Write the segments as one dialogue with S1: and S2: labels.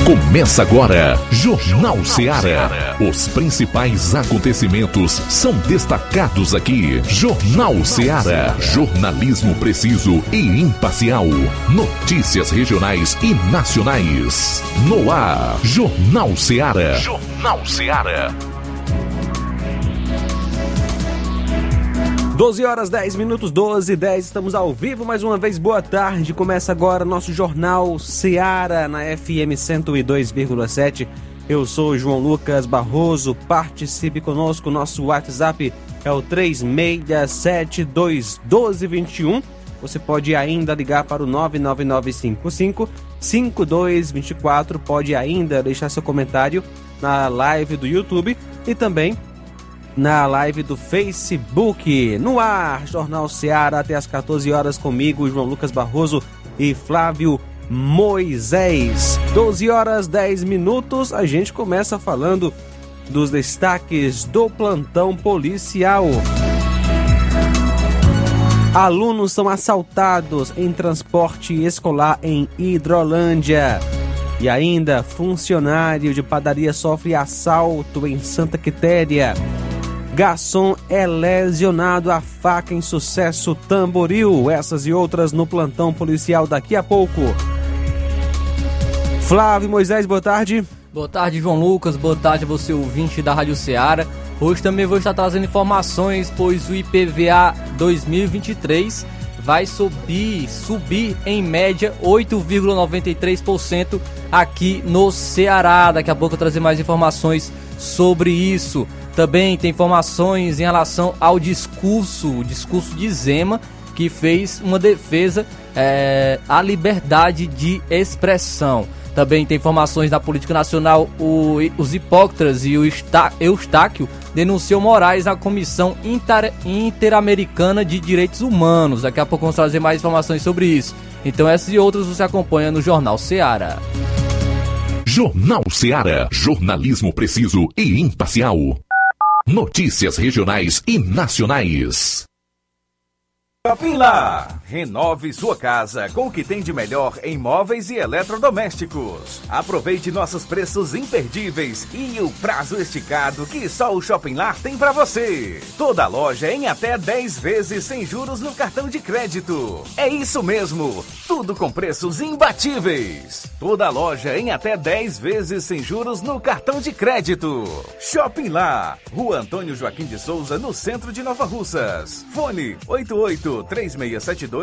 S1: Começa agora, Jornal Ceará. Os principais acontecimentos são destacados aqui. Jornal Ceará. Jornalismo preciso e imparcial. Notícias regionais e nacionais. No ar, Jornal Ceará. Jornal Ceará.
S2: 12 horas 10 minutos, 12h10, estamos ao vivo mais uma vez, boa tarde, começa agora nosso Jornal Ceará na FM 102,7, eu sou João Lucas Barroso, participe conosco, nosso WhatsApp é o 36721221, você pode ainda ligar para o 99955-5224, pode ainda deixar seu comentário na live do YouTube e também na live do Facebook. No ar, Jornal Ceará até às 14 horas comigo, João Lucas Barroso e Flávio Moisés. 12 horas 10 minutos, a gente começa falando dos destaques do plantão policial. Alunos são assaltados em transporte escolar em Hidrolândia. E ainda, funcionário de padaria sofre assalto em Santa Quitéria. Garçom é lesionado a faca em Sucesso Tamboril. Essas e outras no plantão policial daqui a pouco. Flávio Moisés, boa tarde.
S3: Boa tarde, João Lucas. Boa tarde a você, ouvinte da Rádio Ceará. Hoje também vou estar trazendo informações, pois o IPVA 2023 vai subir em média 8,93% aqui no Ceará. Daqui a pouco eu vou trazer mais informações sobre isso. Também tem informações em relação ao discurso de Zema, que fez uma defesa à liberdade de expressão. Também tem informações da política nacional, os hipócritas e o Eustáquio denunciou Moraes na Comissão Interamericana de Direitos Humanos. Daqui a pouco vamos trazer mais informações sobre isso. Então essas e outras você acompanha no Jornal Ceará.
S1: Jornal Ceará. Jornalismo preciso e imparcial. Notícias regionais e nacionais.
S4: Shopping Lá. Renove sua casa com o que tem de melhor em móveis e eletrodomésticos. Aproveite nossos preços imperdíveis e o prazo esticado que só o Shopping Lá tem para você. Toda loja em até 10 vezes sem juros no cartão de crédito. É isso mesmo, tudo com preços imbatíveis. Toda loja em até 10 vezes sem juros no cartão de crédito. Shopping Lá, Rua Antônio Joaquim de Souza, no centro de Nova Russas. Fone 88-3672-6464.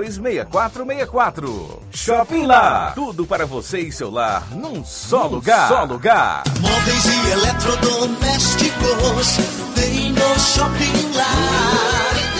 S4: Shopping Lá, tudo para você e seu lar num só lugar.
S5: Móveis e eletrodomésticos tem no Shopping Lá.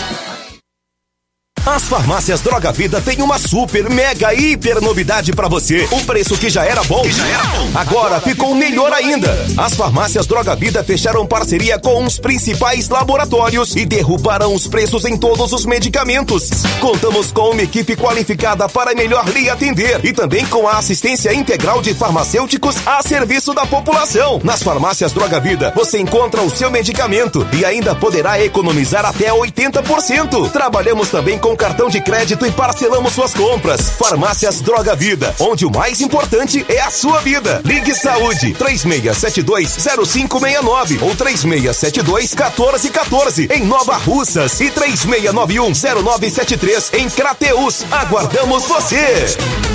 S6: As farmácias Droga Vida tem uma super, mega, hiper novidade pra você. O preço que já era bom, agora ficou melhor ainda. As farmácias Droga Vida fecharam parceria com os principais laboratórios e derrubaram os preços em todos os medicamentos. Contamos com uma equipe qualificada para melhor lhe atender e também com a assistência integral de farmacêuticos a serviço da população. Nas farmácias Droga Vida você encontra o seu medicamento e ainda poderá economizar até 80%. Trabalhamos também com cartão de crédito e parcelamos suas compras. Farmácias Droga Vida, onde o mais importante é a sua vida. Ligue Saúde 3672-0569 ou 3672-1414 em Nova Russas e 3691-0973 em Crateús. Aguardamos você!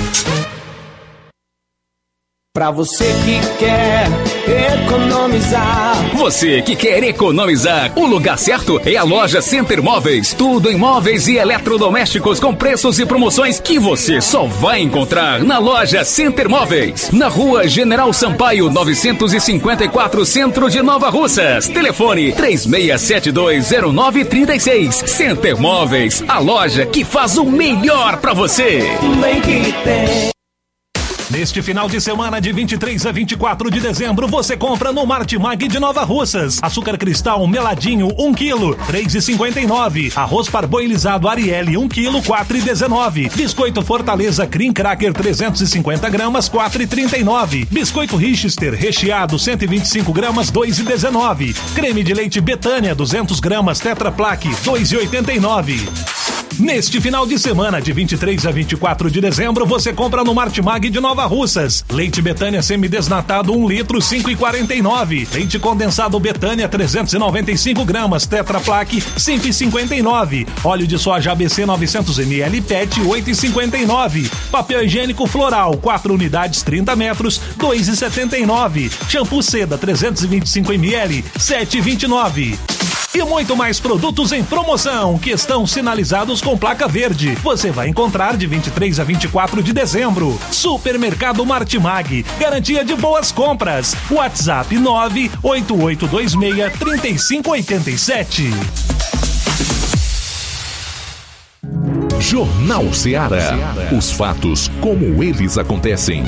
S7: Pra você que quer economizar.
S8: Você que quer economizar, o lugar certo é a loja Center Móveis. Tudo em móveis e eletrodomésticos com preços e promoções que você só vai encontrar na loja Center Móveis. Na Rua General Sampaio, 954, Centro de Nova Russas. Telefone 36720936. Center Móveis, a loja que faz o melhor pra você.
S7: Bem que tem.
S9: Neste final de semana, de 23 a 24 de dezembro, você compra no Martimag de Nova Russas. Açúcar cristal meladinho, 1 kg, R$ 3,59. Arroz parboilizado Arielle, 1 kg, R$ 4,19. Biscoito Fortaleza Cream Cracker, 350 gramas, R$ 4,39. Biscoito Richester recheado, 125 gramas, R$ 2,19. Creme de leite Betânia, 200 gramas, Tetra Pak, R$ 2,89. Neste final de semana, de 23 a 24 de dezembro, você compra no Martimag de Nova Russas. Leite Betânia semidesnatado 1 litro, 5,49. Leite condensado Betânia 395 gramas, Tetra Pak 5,59. Óleo de soja ABC 900 ml PET 8,59. Papel higiênico floral 4 unidades 30 metros 2,79. Shampoo Seda 325 ml 7,29. E muito mais produtos em promoção que estão sinalizados com placa verde. Você vai encontrar de 23 a 24 de dezembro. Supermercado Martimag. Garantia de boas compras. WhatsApp 98826-3587.
S1: Jornal Ceará. Os fatos como eles acontecem.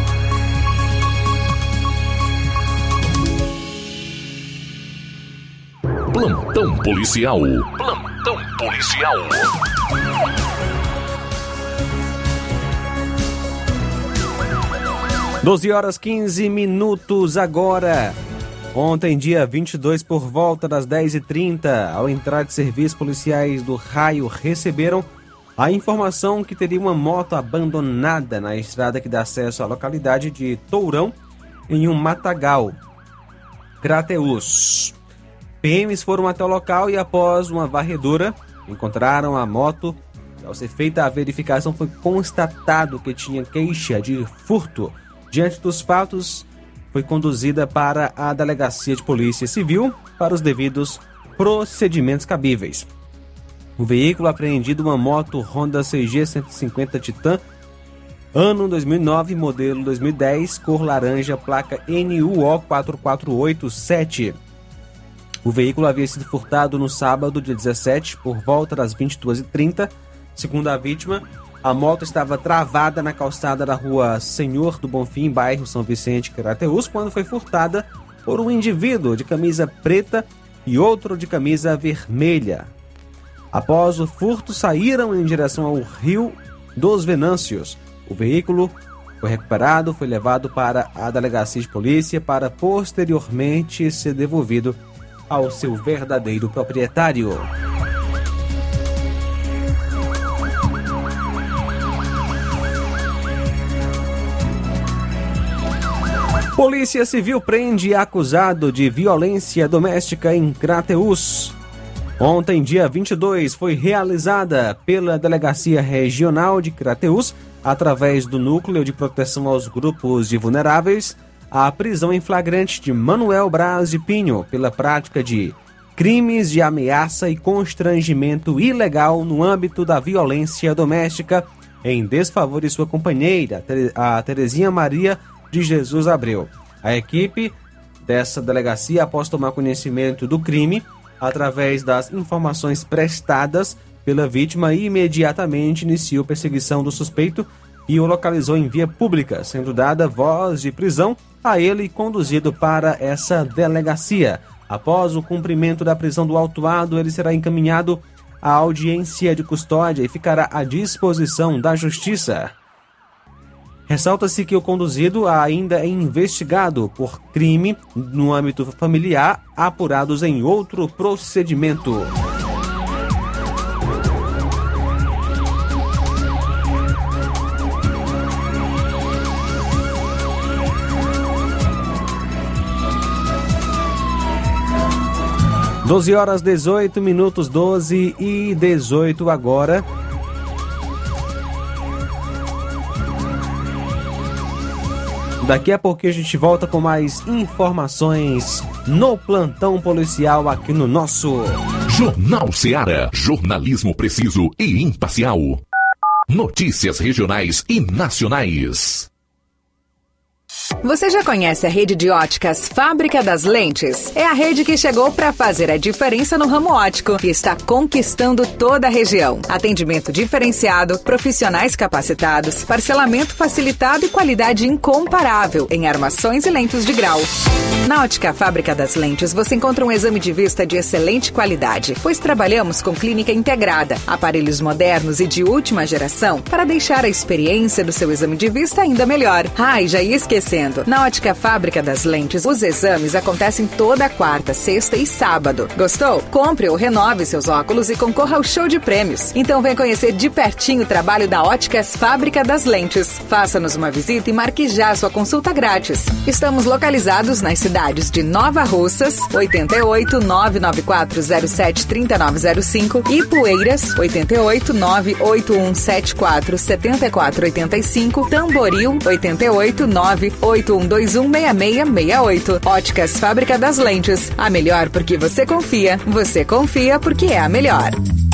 S1: Plantão policial. Plantão policial.
S2: Doze horas 15 minutos agora. Ontem, dia 22, por volta das 10h30, ao entrar de serviço, policiais do Raio receberam a informação que teria uma moto abandonada na estrada que dá acesso à localidade de Tourão, em um matagal, Crateús. PMs foram até o local e, após uma varredura, encontraram a moto. Ao ser feita a verificação, foi constatado que tinha queixa de furto. Diante dos fatos, foi conduzida para a Delegacia de Polícia Civil para os devidos procedimentos cabíveis. O veículo apreendido, uma moto Honda CG 150 Titan, ano 2009, modelo 2010, cor laranja, placa NUO 4487. O veículo havia sido furtado no sábado, dia 17, por volta das 22h30. Segundo a vítima, a moto estava travada na calçada da rua Senhor do Bonfim, bairro São Vicente, Crateús, quando foi furtada por um indivíduo de camisa preta e outro de camisa vermelha. Após o furto, saíram em direção ao Rio dos Venâncios. O veículo foi recuperado, foi levado para a Delegacia de Polícia para posteriormente ser devolvido ao seu verdadeiro proprietário. Polícia Civil prende acusado de violência doméstica em Crateús. Ontem, dia 22, foi realizada pela Delegacia Regional de Crateús, através do Núcleo de Proteção aos Grupos de Vulneráveis, a prisão em flagrante de Manuel Braz de Pinho pela prática de crimes de ameaça e constrangimento ilegal no âmbito da violência doméstica em desfavor de sua companheira, a Terezinha Maria de Jesus Abreu. A equipe dessa delegacia, após tomar conhecimento do crime, através das informações prestadas pela vítima, imediatamente iniciou perseguição do suspeito e o localizou em via pública, sendo dada voz de prisão a ele e conduzido para essa delegacia. Após o cumprimento da prisão do autuado, ele será encaminhado à audiência de custódia e ficará à disposição da Justiça. Ressalta-se que o conduzido ainda é investigado por crime no âmbito familiar, apurados em outro procedimento. Doze horas 18 minutos, 12h18 agora. Daqui a pouquinho a gente volta com mais informações no plantão policial aqui no nosso
S1: Jornal Ceará, jornalismo preciso e imparcial. Notícias regionais e nacionais.
S10: Você já conhece a rede de óticas Fábrica das Lentes? É a rede que chegou para fazer a diferença no ramo óptico e está conquistando toda a região. Atendimento diferenciado, profissionais capacitados, parcelamento facilitado e qualidade incomparável em armações e lentes de grau. Na Ótica Fábrica das Lentes você encontra um exame de vista de excelente qualidade, pois trabalhamos com clínica integrada, aparelhos modernos e de última geração para deixar a experiência do seu exame de vista ainda melhor. E já ia esquecendo, atendimento. Na Ótica Fábrica das Lentes, os exames acontecem toda quarta, sexta e sábado. Gostou? Compre ou renove seus óculos e concorra ao show de prêmios. Então vem conhecer de pertinho o trabalho da Óticas Fábrica das Lentes. Faça-nos uma visita e marque já sua consulta grátis. Estamos localizados nas cidades de Nova Russas, 88 99407 3905, Ipueiras, 88 98174 7485, Tamboril, 88 98121 6668. Óticas Fábrica das Lentes. A melhor porque você confia. Você confia porque é a melhor.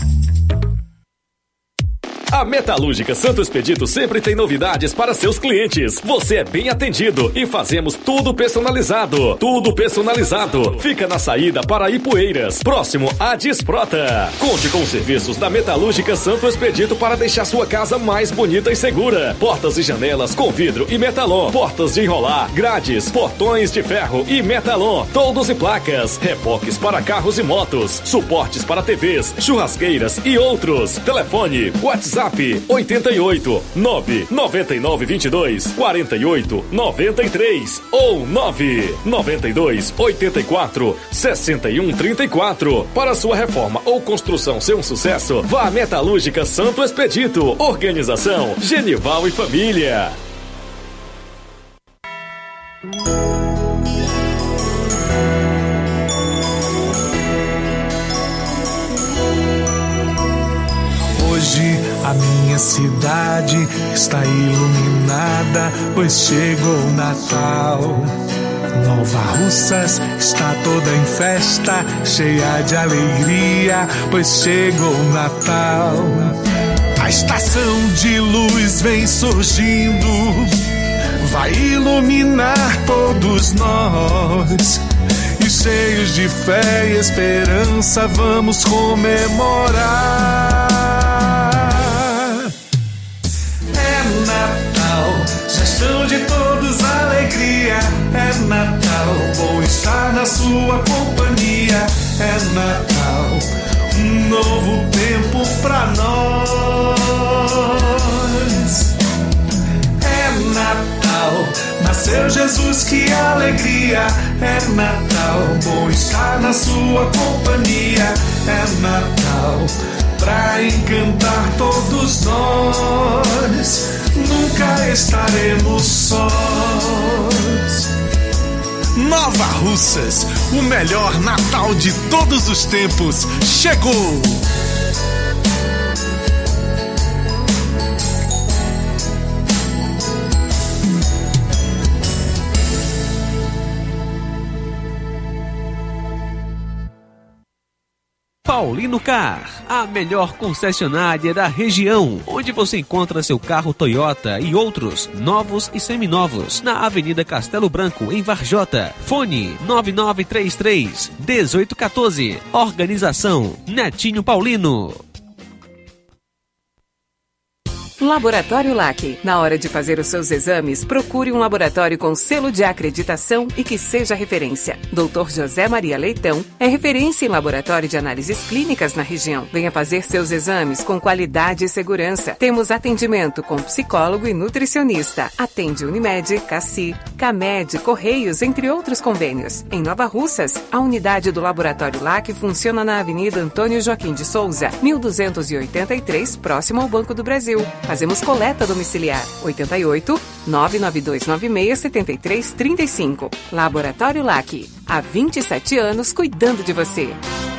S11: A Metalúrgica Santo Expedito sempre tem novidades para seus clientes. Você é bem atendido e fazemos tudo personalizado. Tudo personalizado. Fica na saída para Ipueiras, próximo à Desprota. Conte com os serviços da Metalúrgica Santo Expedito para deixar sua casa mais bonita e segura. Portas e janelas com vidro e metalon. Portas de enrolar, grades, portões de ferro e metalon. Toldos e placas. Reboques para carros e motos. Suportes para TVs, churrasqueiras e outros. Telefone, WhatsApp 88 999 22 48 93 ou 992 84 61 34. Para sua reforma ou construção ser um sucesso, vá à Metalúrgica Santo Expedito. Organização Genival e Família.
S12: Hoje a minha cidade está iluminada, pois chegou o Natal. Nova Russas está toda em festa, cheia de alegria, pois chegou o Natal. A estação de luz vem surgindo, vai iluminar todos nós. E cheios de fé e esperança vamos comemorar. Gestão de todos, alegria. É Natal, bom estar na sua companhia. É Natal, um novo tempo pra nós. É Natal, nasceu Jesus, que alegria. É Natal, bom estar na sua companhia. É Natal, pra encantar todos nós. Nunca estaremos sós. Nova Russas, o melhor Natal de todos os tempos, chegou!
S2: Paulino Car, a melhor concessionária da região, onde você encontra seu carro Toyota e outros novos e seminovos, na Avenida Castelo Branco, em Varjota. Fone 9933-1814. Organização Netinho Paulino.
S13: Laboratório LAC. Na hora de fazer os seus exames, procure um laboratório com selo de acreditação e que seja referência. Dr. José Maria Leitão é referência em laboratório de análises clínicas na região. Venha fazer seus exames com qualidade e segurança. Temos atendimento com psicólogo e nutricionista. Atende Unimed, Cassi, Camed, Correios, entre outros convênios. Em Nova Russas, a unidade do Laboratório LAC funciona na Avenida Antônio Joaquim de Souza, 1283, próximo ao Banco do Brasil. Fazemos coleta domiciliar. 88 99296 7335. Laboratório LAC. Há 27 anos cuidando de você.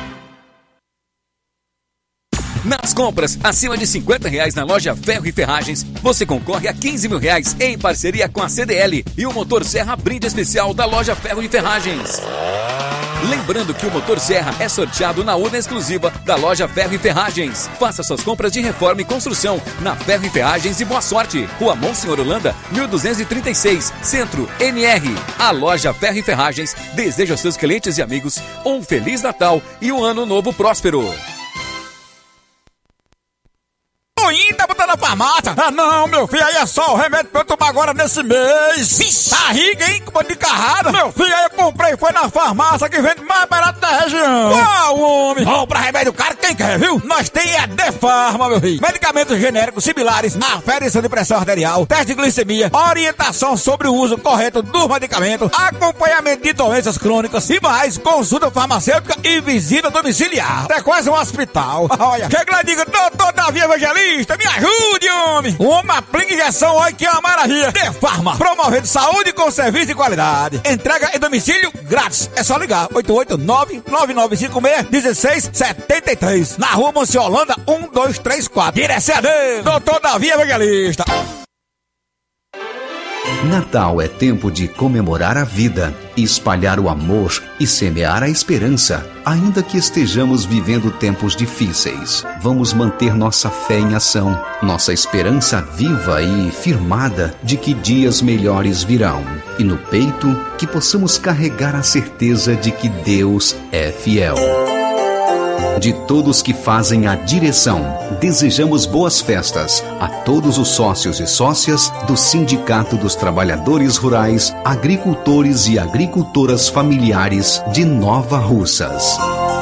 S8: Nas compras acima de R$50 na loja Ferro e Ferragens, você concorre a R$15 mil em parceria com a CDL e o motor Serra brinde especial da loja Ferro e Ferragens. Lembrando que o motor Serra é sorteado na urna exclusiva da loja Ferro e Ferragens. Faça suas compras de reforma e construção na Ferro e Ferragens e boa sorte. Rua Monsenhor Holanda, 1236, Centro, NR. A loja Ferro e Ferragens deseja aos seus clientes e amigos um Feliz Natal e um Ano Novo próspero.
S14: Eita, bota na farmácia. Ah, não, meu filho, aí é só o remédio pra eu tomar agora nesse mês. Vixe, barriga, hein, com de carrada. Meu filho, aí eu comprei, foi na farmácia que vende mais barato da região. Qual, homem? Bom, pra remédio caro, quem quer, viu? Nós tem a Defarma, meu filho. Medicamentos genéricos similares, aferição de pressão arterial, teste de glicemia, orientação sobre o uso correto dos medicamentos, acompanhamento de doenças crônicas e mais, consulta farmacêutica e visita domiciliar. É quase um hospital. Olha, chega lá e diga, doutor Davi Evangelista, me ajude, homem. Uma aplica injeção, olha que é uma maravilha. Defarma, promovendo saúde com serviço de qualidade. Entrega em domicílio grátis. É só ligar, 889-9956-1673. Na rua Monsiolanda, 1234. Direção a Deus, doutor Davi Evangelista.
S1: Natal é tempo de comemorar a vida, espalhar o amor e semear a esperança. Ainda que estejamos vivendo tempos difíceis, vamos manter nossa fé em ação, nossa esperança viva e firmada de que dias melhores virão. E no peito, que possamos carregar a certeza de que Deus é fiel. De todos que fazem a direção, desejamos boas festas a todos os sócios e sócias do Sindicato dos Trabalhadores Rurais, Agricultores e Agricultoras Familiares de Nova Russas.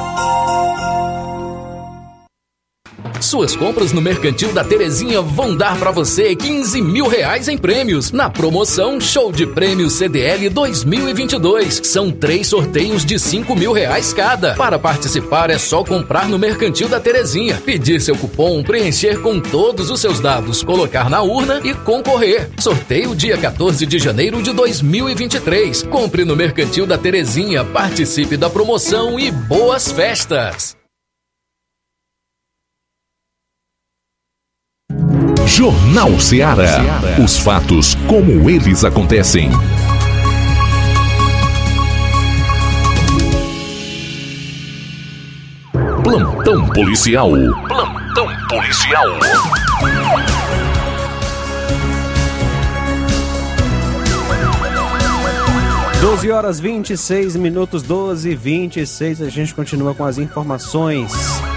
S8: Suas compras no Mercantil da Terezinha vão dar para você 15 mil reais em prêmios. Na promoção Show de Prêmios CDL 2022. São 3 sorteios de 5 mil reais cada. Para participar é só comprar no Mercantil da Terezinha, pedir seu cupom, preencher com todos os seus dados, colocar na urna e concorrer. Sorteio dia 14 de janeiro de 2023. Compre no Mercantil da Terezinha, participe da promoção e boas festas.
S1: Jornal Ceará. Os fatos como eles acontecem. Plantão policial. Plantão policial.
S2: Doze horas 26 minutos, 12h26. A gente continua com as informações.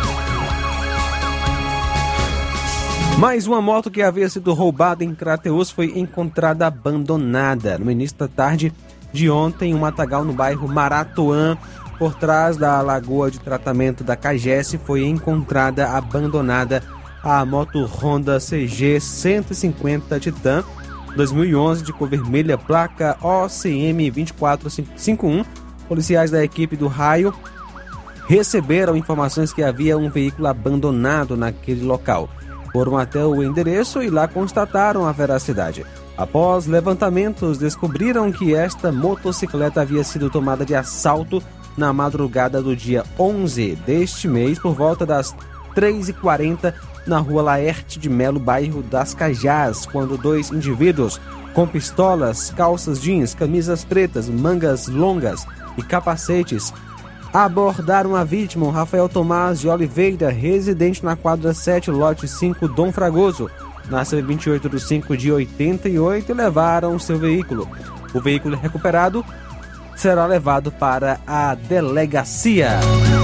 S2: Mais uma moto que havia sido roubada em Crateús foi encontrada abandonada. No início da tarde de ontem, um matagal no bairro Maratuã, por trás da lagoa de tratamento da Cagesse, foi encontrada abandonada a moto Honda CG 150 Titan 2011 de cor vermelha, placa OCM 2451. Policiais da equipe do Raio receberam informações que havia um veículo abandonado naquele local. Foram até o endereço e lá constataram a veracidade. Após levantamentos, descobriram que esta motocicleta havia sido tomada de assalto na madrugada do dia 11 deste mês, por volta das 3h40, na rua Laerte de Melo, bairro das Cajás, quando 2 indivíduos com pistolas, calças jeans, camisas pretas, mangas longas e capacetes abordaram a vítima, o Rafael Tomás de Oliveira, residente na quadra 7, lote 5, Dom Fragoso, nasceu em 28 de 5 de 88, e levaram seu veículo. O veículo recuperado será levado para a delegacia.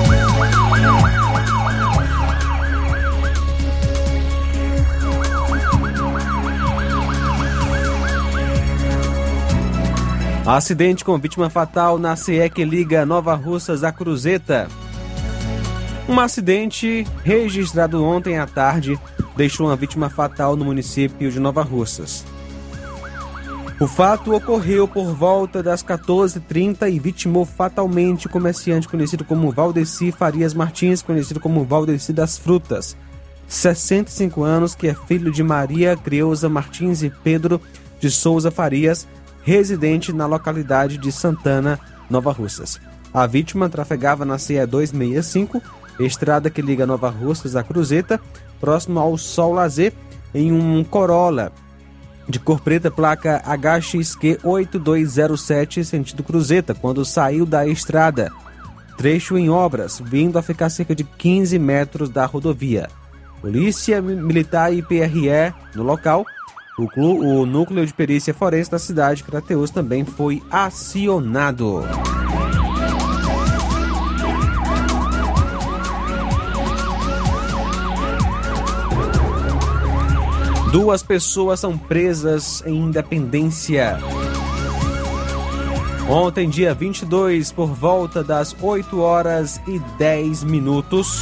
S2: Acidente com vítima fatal na CE que liga Nova Russas a Cruzeta. Um acidente registrado ontem à tarde deixou uma vítima fatal no município de Nova Russas. O fato ocorreu por volta das 14h30 e vitimou fatalmente o comerciante conhecido como Valdeci Farias Martins, conhecido como Valdeci das Frutas, 65 anos, que é filho de Maria Creuza Martins e Pedro de Souza Farias, residente na localidade de Santana, Nova Russas. A vítima trafegava na CE 265, estrada que liga Nova Russas a Cruzeta, próximo ao Sol Lazer, em um Corolla de cor preta, placa HXQ 8207, sentido Cruzeta, quando saiu da estrada. Trecho em obras, vindo a ficar cerca de 15 metros da rodovia. Polícia Militar e PRE no local. O núcleo de perícia forense da cidade de Crateús também foi acionado. 2 pessoas são presas em Independência. Ontem, dia 22, por volta das 8h10.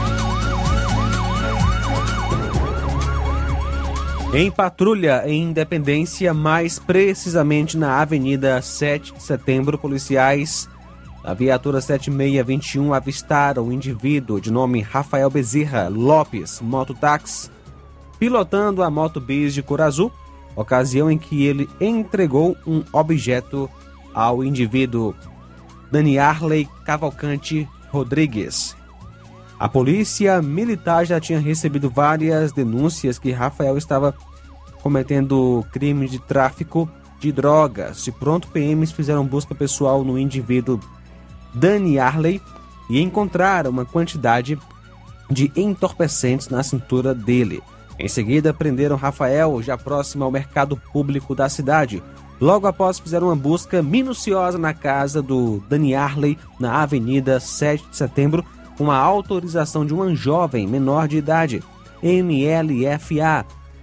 S2: Em patrulha em Independência, mais precisamente na Avenida 7 de Setembro, policiais da viatura 7621 avistaram um indivíduo de nome Rafael Bezerra Lopes, mototáxi, pilotando a moto bis de cor azul, ocasião em que ele entregou um objeto ao indivíduo Daniarley Cavalcante Rodrigues. A polícia militar já tinha recebido várias denúncias que Rafael estava cometendo crime de tráfico de drogas. De pronto, PMs fizeram busca pessoal no indivíduo Daniarley e encontraram uma quantidade de entorpecentes na cintura dele. Em seguida, prenderam Rafael, já próximo ao mercado público da cidade. Logo após, fizeram uma busca minuciosa na casa do Daniarley, na Avenida 7 de Setembro, com a autorização de uma jovem menor de idade, MLFA,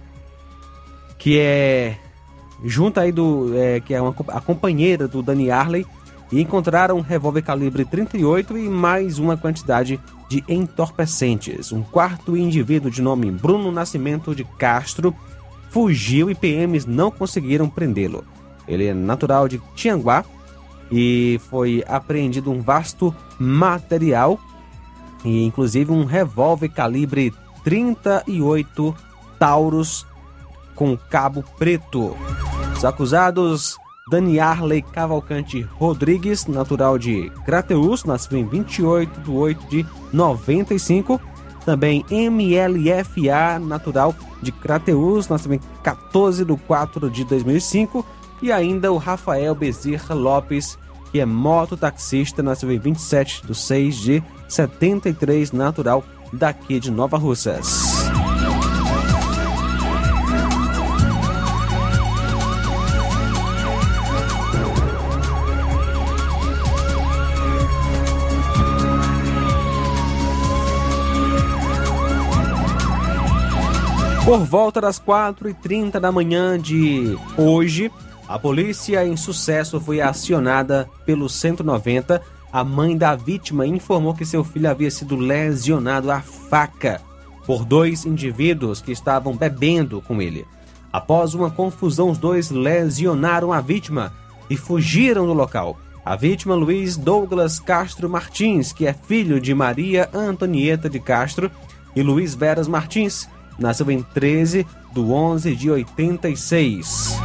S2: que é junto aí que é a companheira do Daniarley, e encontraram um revólver calibre 38 e mais uma quantidade de entorpecentes. Um quarto indivíduo de nome Bruno Nascimento de Castro fugiu e PMs não conseguiram prendê-lo. Ele é natural de Tianguá e foi apreendido um vasto material, e inclusive um revólver calibre 38 Taurus com cabo preto. Os acusados: Daniarley Cavalcante Rodrigues, natural de Crateús, nasceu em 28 de 8 de 95. Também MLFA, natural de Crateús, nasceu em 14 de 4 de 2005. E ainda o Rafael Bezerra Lopes, que é mototaxista, nasceu em 27 de 6 de 73, natural daqui de Nova Russas. Por volta das 4h30 da manhã de hoje, a polícia em Sucesso foi acionada pelo 190. A mãe da vítima informou que seu filho havia sido lesionado à faca por 2 indivíduos que estavam bebendo com ele. Após uma confusão, os 2 lesionaram a vítima e fugiram do local. A vítima, Luiz Douglas Castro Martins, que é filho de Maria Antonieta de Castro e Luiz Veras Martins, nasceu em 13 de 11 de 86.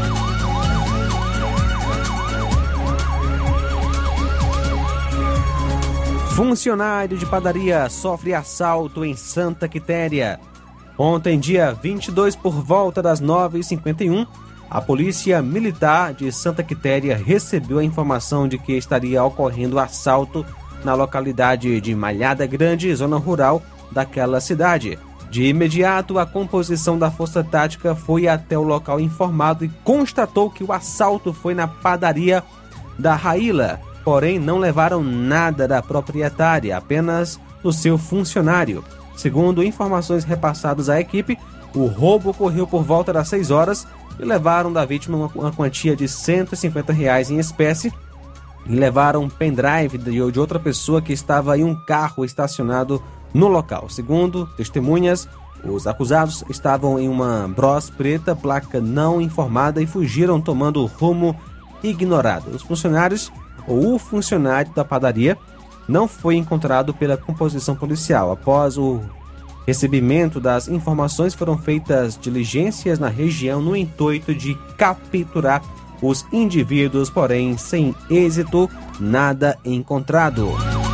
S2: Funcionário de padaria sofre assalto em Santa Quitéria. Ontem, dia 22, por volta das 9h51, a Polícia Militar de Santa Quitéria recebeu a informação de que estaria ocorrendo assalto na localidade de Malhada Grande, zona rural daquela cidade. De imediato, a composição da Força Tática foi até o local informado e constatou que o assalto foi na padaria da Raíla. Porém, não levaram nada da proprietária, apenas o seu funcionário. Segundo informações repassadas à equipe, o roubo ocorreu por volta das 6 horas e levaram da vítima uma quantia de R$150 em espécie e levaram um pendrive de outra pessoa que estava em um carro estacionado no local. Segundo testemunhas, os acusados estavam em uma Bros preta, placa não informada, e fugiram tomando rumo ignorado. Os funcionários ou o funcionário da padaria não foi encontrado pela composição policial. Após o recebimento das informações, foram feitas diligências na região no intuito de capturar os indivíduos, porém sem êxito, nada encontrado.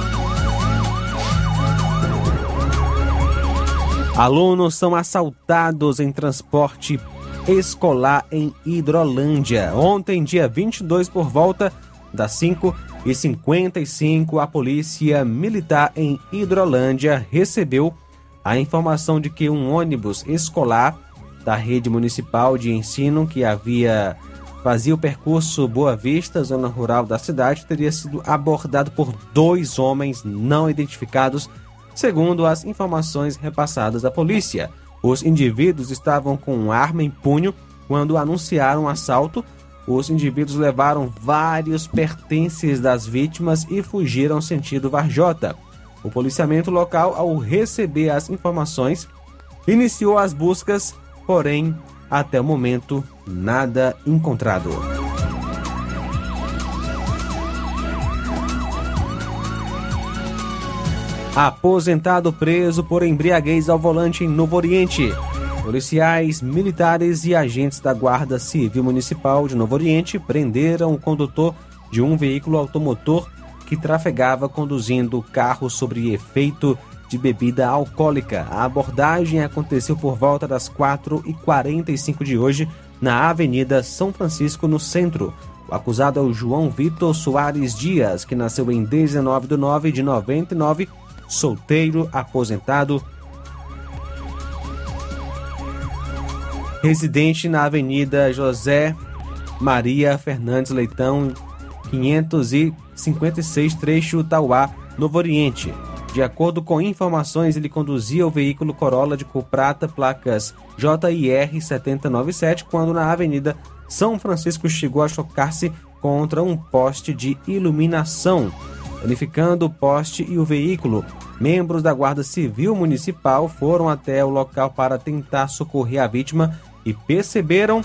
S2: Alunos são assaltados em transporte escolar em Hidrolândia. Ontem, dia 22, por volta das 5h55, a Polícia Militar em Hidrolândia recebeu a informação de que um ônibus escolar da rede municipal de ensino que fazia o percurso Boa Vista, zona rural da cidade, teria sido abordado por 2 homens não identificados, segundo as informações repassadas à polícia. Os indivíduos estavam com arma em punho quando anunciaram o assalto. Os indivíduos levaram vários pertences das vítimas e fugiram sentido Varjota. O policiamento local, ao receber as informações, iniciou as buscas, porém, até o momento, nada encontrado. Aposentado preso por embriaguez ao volante em Novo Oriente. Policiais, militares e agentes da Guarda Civil Municipal de Novo Oriente prenderam o condutor de um veículo automotor que trafegava conduzindo carro sob efeito de bebida alcoólica. A abordagem aconteceu por volta das 4h45 de hoje na Avenida São Francisco, no centro. O acusado é o João Vitor Soares Dias, que nasceu em 19 de 9 de 99, solteiro, aposentado, residente na Avenida José Maria Fernandes Leitão, 556, trecho Tauá, Novo Oriente. De acordo com informações, ele conduzia o veículo Corolla de cor prata, placas JIR 7097, quando na Avenida São Francisco chegou a chocar-se contra um poste de iluminação, danificando o poste e o veículo. Membros da Guarda Civil Municipal foram até o local para tentar socorrer a vítima e perceberam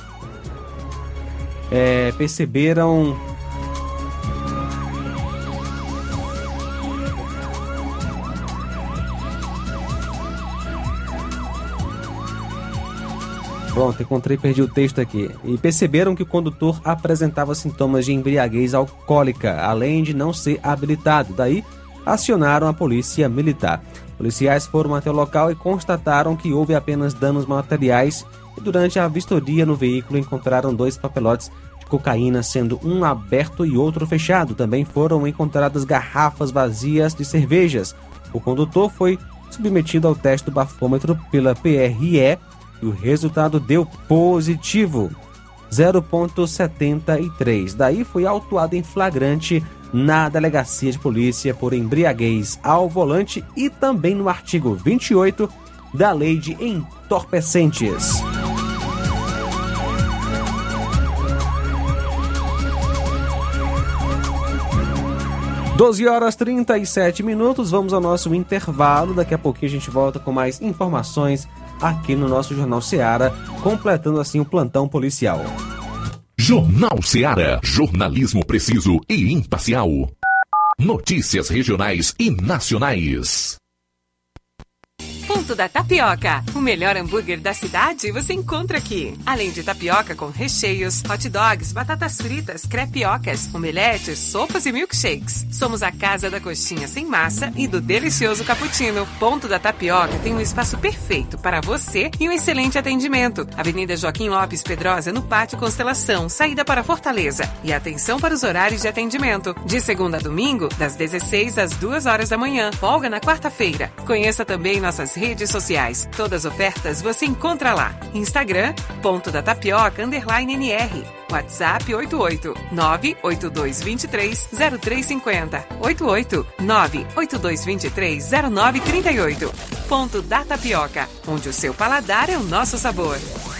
S2: Pronto, encontrei, perdi o texto aqui. E perceberam que o condutor apresentava sintomas de embriaguez alcoólica, além de não ser habilitado. Daí, acionaram a polícia militar. Policiais foram até o local e constataram que houve apenas danos materiais. E durante a vistoria no veículo encontraram 2 papelotes de cocaína, sendo um aberto e outro fechado. Também foram encontradas garrafas vazias de cervejas. O condutor foi submetido ao teste do bafômetro pela PRE e o resultado deu positivo, 0,73. Daí foi autuado em flagrante na delegacia de polícia por embriaguez ao volante e também no artigo 28 da Lei de Entorpecentes. (12h37). Vamos ao nosso intervalo. Daqui a pouquinho a gente volta com mais informações aqui no nosso Jornal Seara, completando assim o plantão policial.
S15: Jornal Seara. Jornalismo preciso e imparcial. Notícias regionais e nacionais.
S13: Ponto da Tapioca. O melhor hambúrguer da cidade você encontra aqui. Além de tapioca com recheios, hot dogs, batatas fritas, crepiocas, omeletes, sopas e milkshakes. Somos a casa da coxinha sem massa e do delicioso cappuccino. Ponto da Tapioca tem um espaço perfeito para você e um excelente atendimento. Avenida Joaquim Lopes Pedrosa, no Pátio Constelação, saída para Fortaleza. E atenção para os horários de atendimento. De segunda a domingo, das 16 às 2 horas da manhã. Folga na quarta-feira. Conheça também nossas redes sociais. Todas as ofertas você encontra lá. Instagram, Ponto da Tapioca, _NR. WhatsApp 889-8223-0350. 889-8223-0938. Ponto da Tapioca, onde o seu paladar é o nosso sabor.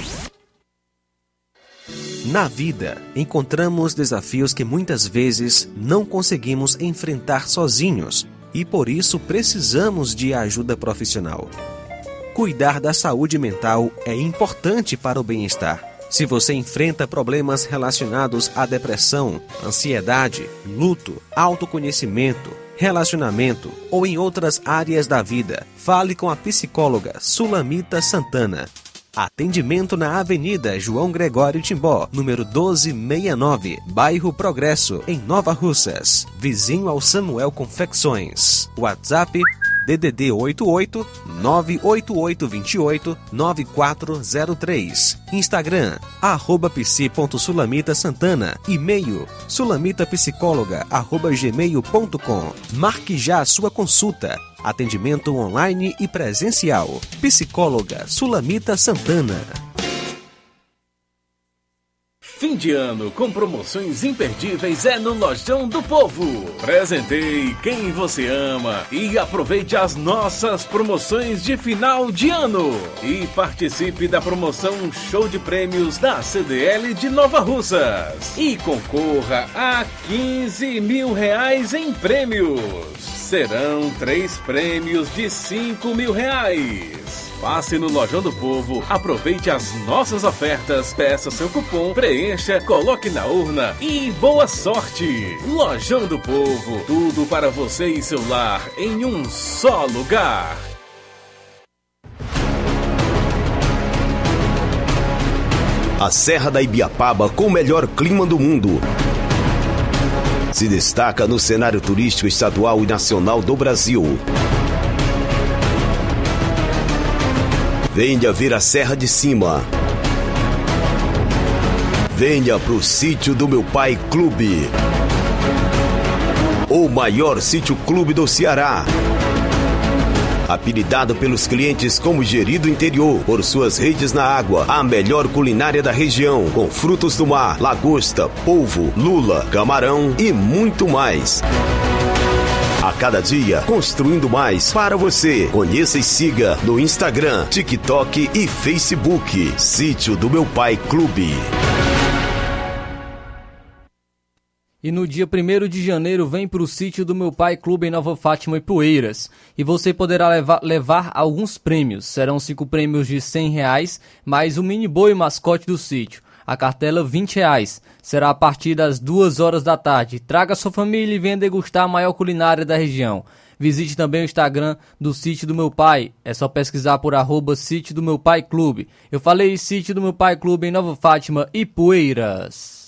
S2: Na vida, encontramos desafios que muitas vezes não conseguimos enfrentar sozinhos e por isso precisamos de ajuda profissional. Cuidar da saúde mental é importante para o bem-estar. Se você enfrenta problemas relacionados à depressão, ansiedade, luto, autoconhecimento, relacionamento ou em outras áreas da vida, fale com a psicóloga Sulamita Santana. Atendimento na Avenida João Gregório Timbó, número 1269, bairro Progresso, em Nova Russas, vizinho ao Samuel Confecções. WhatsApp DDD 88 98828 9403. Instagram @psi.sulamitasantana. E-mail sulamitapsicóloga@gmail.com. Marque já a sua consulta. Atendimento online e presencial. Psicóloga Sulamita Santana.
S11: fim de ano com promoções imperdíveis é no Lojão do Povo. Presenteie quem você ama e aproveite as nossas promoções de final de ano. E participe da promoção Show de Prêmios da CDL de Nova Russas. E concorra a R$15 mil em prêmios. Serão 3 prêmios de R$5 mil. Passe no Lojão do Povo, aproveite as nossas ofertas, peça seu cupom, preencha, coloque na urna e boa sorte! Lojão do Povo, tudo para você e seu lar em um só lugar.
S6: A Serra da Ibiapaba, com o melhor clima do mundo, se destaca no cenário turístico estadual e nacional do Brasil. Venha ver a Serra de Cima. Venha pro Sítio do Meu Pai Clube. O maior sítio clube do Ceará. Apelidado pelos clientes como Gerido Interior, por suas redes na água, a melhor culinária da região, com frutos do mar, lagosta, polvo, lula, camarão e muito mais. A cada dia, construindo mais para você. Conheça e siga no Instagram, TikTok e Facebook. Sítio do Meu Pai Clube.
S3: E no dia 1º de janeiro vem para o Sítio do Meu Pai Clube em Nova Fátima, Ipueiras. E você poderá levar alguns prêmios. Serão 5 prêmios de R$100, mais o mini boi mascote do sítio. A cartela R$20. Será a partir das 2 horas da tarde. Traga sua família e venha degustar a maior culinária da região. Visite também o Instagram do Sítio do Meu Pai. É só pesquisar por @Sítio do Meu Pai Clube. Eu falei Sítio do Meu Pai Clube em Nova Fátima, Ipueiras.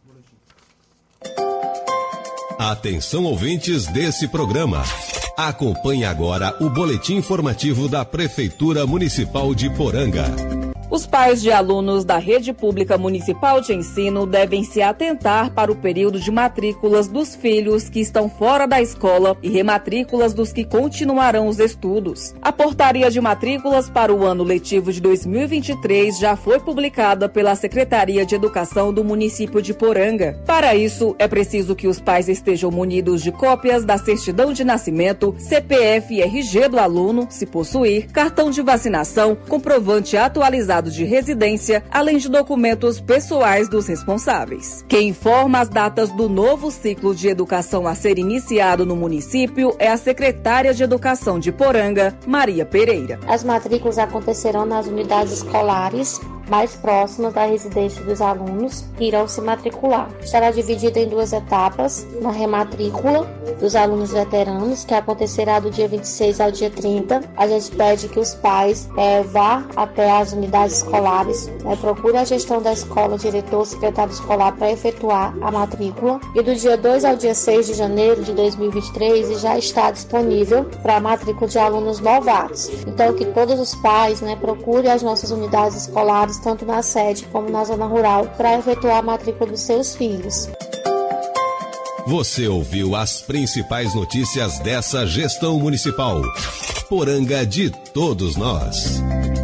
S15: Atenção, ouvintes desse programa. Acompanhe agora o boletim informativo da Prefeitura Municipal de Poranga.
S16: Os pais de alunos da Rede Pública Municipal de Ensino devem se atentar para o período de matrículas dos filhos que estão fora da escola e rematrículas dos que continuarão os estudos. A portaria de matrículas para o ano letivo de 2023 já foi publicada pela Secretaria de Educação do município de Poranga. Para isso, é preciso que os pais estejam munidos de cópias da certidão de nascimento, CPF e RG do aluno, se possuir, cartão de vacinação, comprovante atualizado de residência, além de documentos pessoais dos responsáveis. Quem informa as datas do novo ciclo de educação a ser iniciado no município é a secretária de Educação de Poranga, Maria Pereira.
S17: As matrículas acontecerão nas unidades escolares mais próximas da residência dos alunos que irão se matricular. Será dividida em 2 etapas, uma rematrícula dos alunos veteranos, que acontecerá do dia 26 ao dia 30. A gente pede que os pais vá até as unidades escolares, procure a gestão da escola, diretor, secretário escolar, para efetuar a matrícula. E do dia 2 ao dia 6 de janeiro de 2023 já está disponível para a matrícula de alunos novatos. Então que todos os pais procurem as nossas unidades escolares, tanto na sede como na zona rural, para efetuar a matrícula dos seus filhos.
S15: Você ouviu as principais notícias dessa gestão municipal. Poranga de todos nós.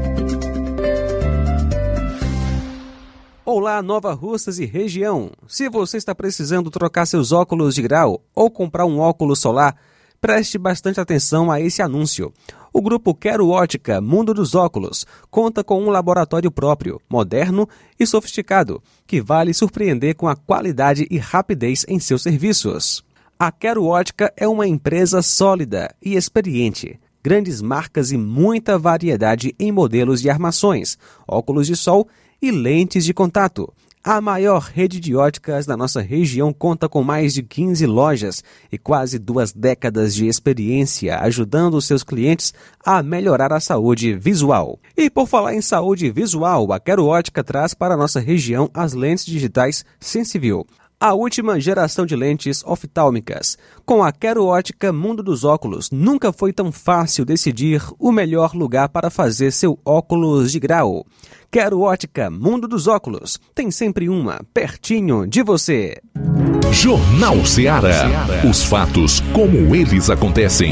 S2: Olá, Nova Russas e região. Se você está precisando trocar seus óculos de grau ou comprar um óculos solar, preste bastante atenção a esse anúncio. O grupo Quero Ótica Mundo dos Óculos conta com um laboratório próprio, moderno e sofisticado, que vai lhe surpreender com a qualidade e rapidez em seus serviços. A Quero Ótica é uma empresa sólida e experiente. Grandes marcas e muita variedade em modelos de armações, óculos de sol e lentes de contato. A maior rede de óticas da nossa região conta com mais de 15 lojas e quase 2 décadas de experiência, ajudando os seus clientes a melhorar a saúde visual. E por falar em saúde visual, a Quero Ótica traz para a nossa região as lentes digitais Sensiview, a última geração de lentes oftálmicas. Com a Quero Ótica Mundo dos Óculos, nunca foi tão fácil decidir o melhor lugar para fazer seu óculos de grau. Quero Ótica Mundo dos Óculos, tem sempre uma pertinho de você.
S15: Jornal Ceará. Os fatos como eles acontecem.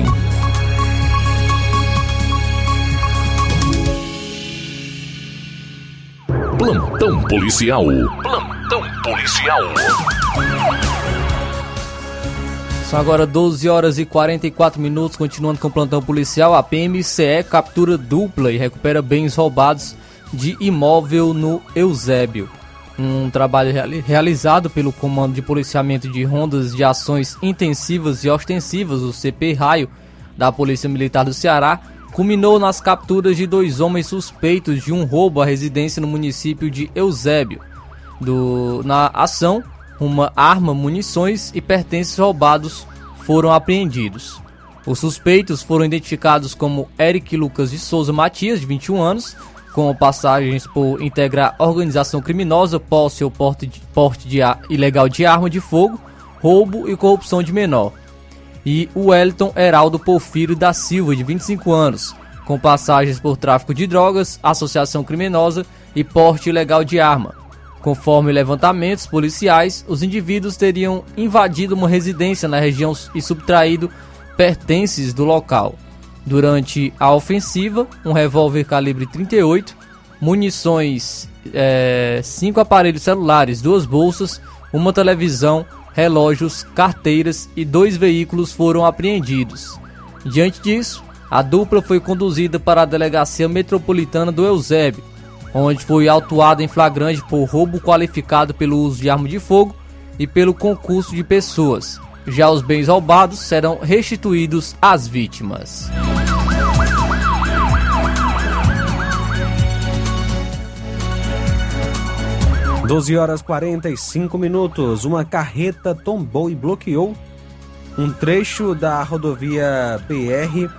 S15: Plantão policial. Plantão policial.
S3: São agora 12 horas e 44 minutos, continuando com o plantão policial. A PMCE captura dupla e recupera bens roubados de imóvel no Eusébio. Um trabalho realizado pelo Comando de Policiamento de Rondas de Ações Intensivas e Ostensivas, o CP Raio, da Polícia Militar do Ceará, culminou nas capturas de 2 homens suspeitos de um roubo à residência no município de Eusébio. Na ação, uma arma, munições e pertences roubados foram apreendidos. Os suspeitos foram identificados como Eric Lucas de Souza Matias, de 21 anos, com passagens por integrar organização criminosa, posse ou porte ilegal de arma de fogo, roubo e corrupção de menor. E o Wellington Heraldo Porfírio da Silva, de 25 anos, com passagens por tráfico de drogas, associação criminosa e porte ilegal de arma. Conforme levantamentos policiais, os indivíduos teriam invadido uma residência na região e subtraído pertences do local. Durante a ofensiva, um revólver calibre 38, munições, 5 aparelhos celulares, 2 bolsas, uma televisão, relógios, carteiras e 2 veículos foram apreendidos. Diante disso, a dupla foi conduzida para a Delegacia Metropolitana do Eusébio, onde foi autuado em flagrante por roubo qualificado pelo uso de arma de fogo e pelo concurso de pessoas. Já os bens roubados serão restituídos às vítimas.
S2: Doze horas 45 minutos. Uma carreta tombou e bloqueou um trecho da rodovia BR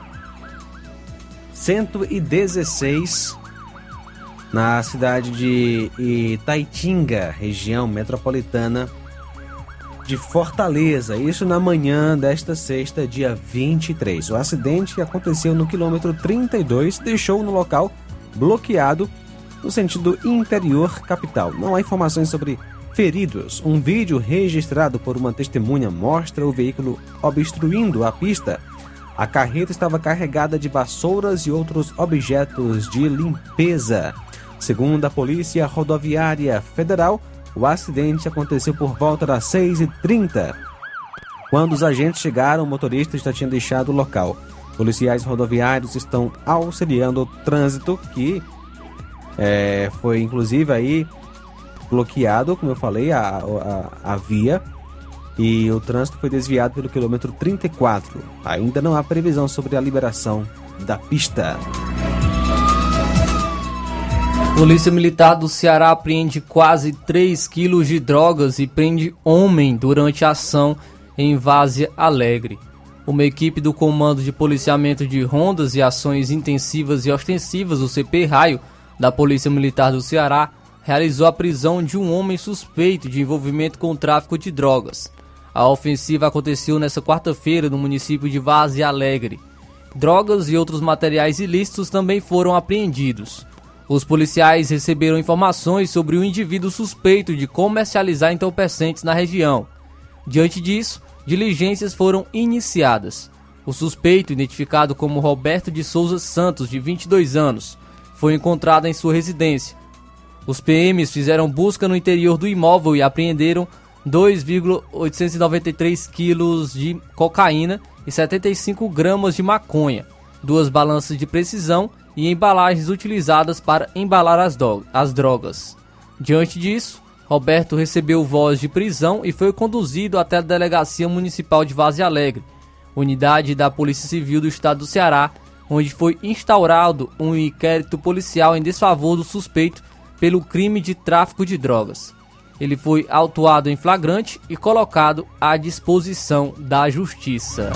S2: 116 na cidade de Itaitinga, região metropolitana de Fortaleza. Isso na manhã desta sexta, dia 23. O acidente aconteceu no quilômetro 32, deixou no local bloqueado no sentido interior capital. Não há informações sobre feridos. Um vídeo registrado por uma testemunha mostra o veículo obstruindo a pista. A carreta estava carregada de vassouras e outros objetos de limpeza. Segundo a Polícia Rodoviária Federal, o acidente aconteceu por volta das 6h30. Quando os agentes chegaram, o motorista já tinha deixado o local. Policiais rodoviários estão auxiliando o trânsito, que foi inclusive aí bloqueado, como eu falei, a via, e o trânsito foi desviado pelo quilômetro 34. Ainda não há previsão sobre a liberação da pista.
S3: Polícia Militar do Ceará apreende quase 3 quilos de drogas e prende homem durante a ação em Várzea Alegre. Uma equipe do Comando de Policiamento de Rondas e Ações Intensivas e Ostensivas, o CP Raio, da Polícia Militar do Ceará, realizou a prisão de um homem suspeito de envolvimento com o tráfico de drogas. A ofensiva aconteceu nesta quarta-feira no município de Várzea Alegre. Drogas e outros materiais ilícitos também foram apreendidos. Os policiais receberam informações sobre o indivíduo suspeito de comercializar entorpecentes na região. Diante disso, diligências foram iniciadas. O suspeito, identificado como Roberto de Souza Santos, de 22 anos, foi encontrado em sua residência. Os PMs fizeram busca no interior do imóvel e apreenderam 2,893 quilos de cocaína e 75 gramas de maconha, 2 balanças de precisão e embalagens utilizadas para embalar as drogas. Diante disso, Roberto recebeu voz de prisão e foi conduzido até a Delegacia Municipal de Várzea Alegre, unidade da Polícia Civil do Estado do Ceará, onde foi instaurado um inquérito policial em desfavor do suspeito pelo crime de tráfico de drogas. Ele foi autuado em flagrante e colocado à disposição da Justiça.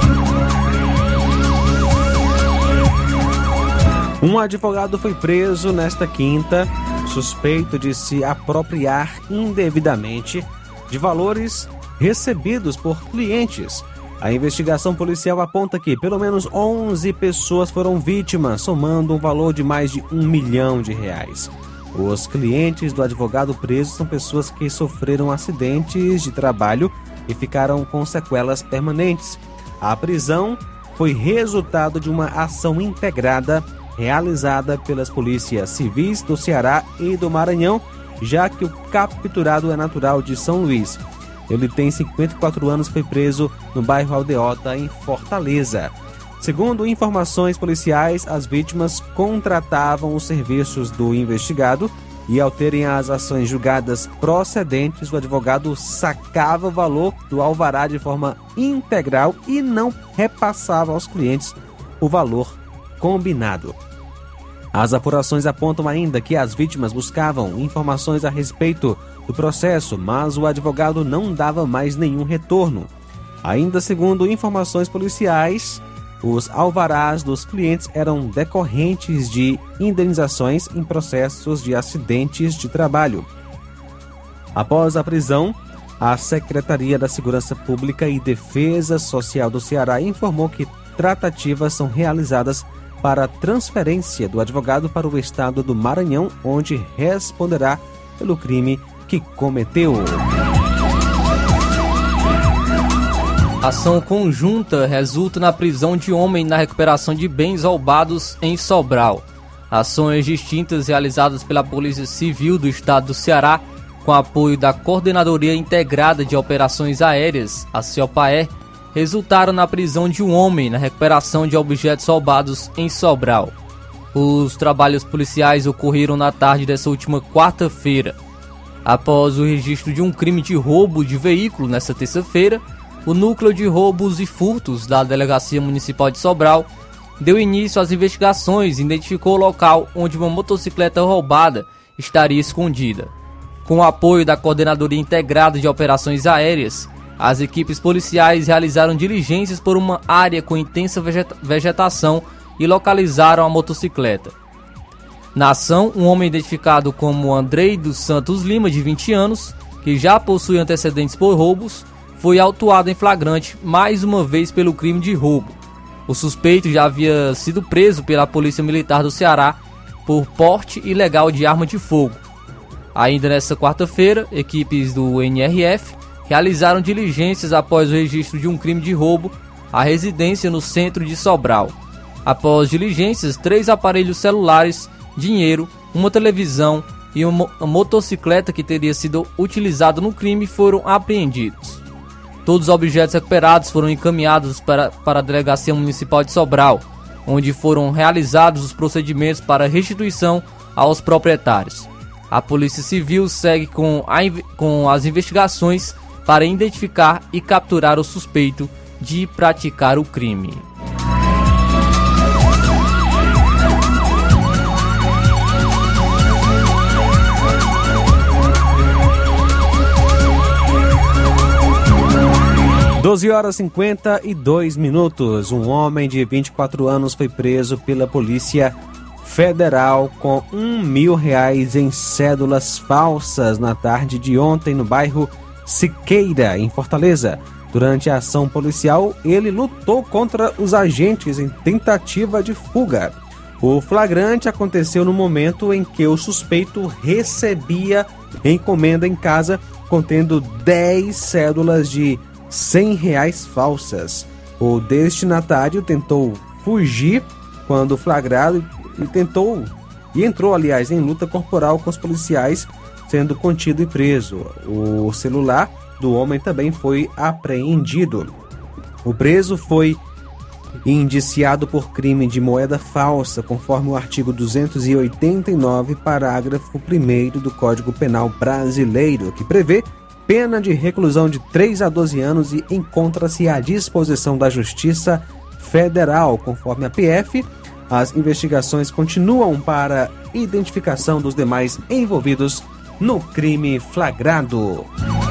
S2: Um advogado foi preso nesta quinta, suspeito de se apropriar indevidamente de valores recebidos por clientes. A investigação policial aponta que pelo menos 11 pessoas foram vítimas, somando um valor de mais de R$1 milhão. Os clientes do advogado preso são pessoas que sofreram acidentes de trabalho e ficaram com sequelas permanentes. A prisão foi resultado de uma ação integrada realizada pelas polícias civis do Ceará e do Maranhão já que o capturado é natural de São Luís. Ele tem 54 anos e foi preso no bairro Aldeota, em Fortaleza. Segundo informações policiais, as vítimas contratavam os serviços do investigado e, ao terem as ações julgadas procedentes, o advogado sacava o valor do alvará de forma integral e não repassava aos clientes o valor combinado. As apurações apontam ainda que as vítimas buscavam informações a respeito do processo, mas o advogado não dava mais nenhum retorno. Ainda segundo informações policiais, os alvarás dos clientes eram decorrentes de indenizações em processos de acidentes de trabalho. Após a prisão, a Secretaria da Segurança Pública e Defesa Social do Ceará informou que tratativas são realizadas para a transferência do advogado para o estado do Maranhão, onde responderá pelo crime que cometeu.
S3: Ação conjunta resulta na prisão de homem e na recuperação de bens roubados em Sobral. Ações distintas realizadas pela Polícia Civil do Estado do Ceará, com apoio da Coordenadoria Integrada de Operações Aéreas, a CEOPAE, resultaram na prisão de um homem e na recuperação de objetos roubados em Sobral. Os trabalhos policiais ocorreram na tarde dessa última quarta-feira. Após o registro de um crime de roubo de veículo nesta terça-feira, o Núcleo de Roubos e Furtos da Delegacia Municipal de Sobral deu início às investigações e identificou o local onde uma motocicleta roubada estaria escondida. Com o apoio da Coordenadoria Integrada de Operações Aéreas, as equipes policiais realizaram diligências por uma área com intensa vegetação e localizaram a motocicleta. Na ação, um homem identificado como Andrei dos Santos Lima, de 20 anos, que já possui antecedentes por roubos, foi autuado em flagrante mais uma vez pelo crime de roubo. O suspeito já havia sido preso pela Polícia Militar do Ceará por porte ilegal de arma de fogo. Ainda nesta quarta-feira, equipes do NRF realizaram diligências após o registro de um crime de roubo à residência no centro de Sobral. Após diligências, 3 aparelhos celulares, dinheiro, uma televisão e uma motocicleta que teria sido utilizada no crime foram apreendidos. Todos os objetos recuperados foram encaminhados para a Delegacia Municipal de Sobral, onde foram realizados os procedimentos para restituição aos proprietários. A Polícia Civil segue com as investigações para identificar e capturar o suspeito de praticar o crime.
S2: (12h52). Um homem de 24 anos foi preso pela Polícia Federal com R$1.000 em cédulas falsas na tarde de ontem no bairro Siqueira, em Fortaleza. Durante a ação policial, ele lutou contra os agentes em tentativa de fuga. O flagrante aconteceu no momento em que o suspeito recebia encomenda em casa contendo 10 cédulas de R$100 falsas. O destinatário tentou fugir quando flagrado e entrou em luta corporal com os policiais, sendo contido e preso. O celular do homem também foi apreendido. O preso foi indiciado por crime de moeda falsa, conforme o artigo 289, parágrafo 1º do Código Penal Brasileiro, que prevê pena de reclusão de 3 a 12 anos e encontra-se à disposição da Justiça Federal. Conforme a PF, as investigações continuam para identificação dos demais envolvidos no crime flagrado.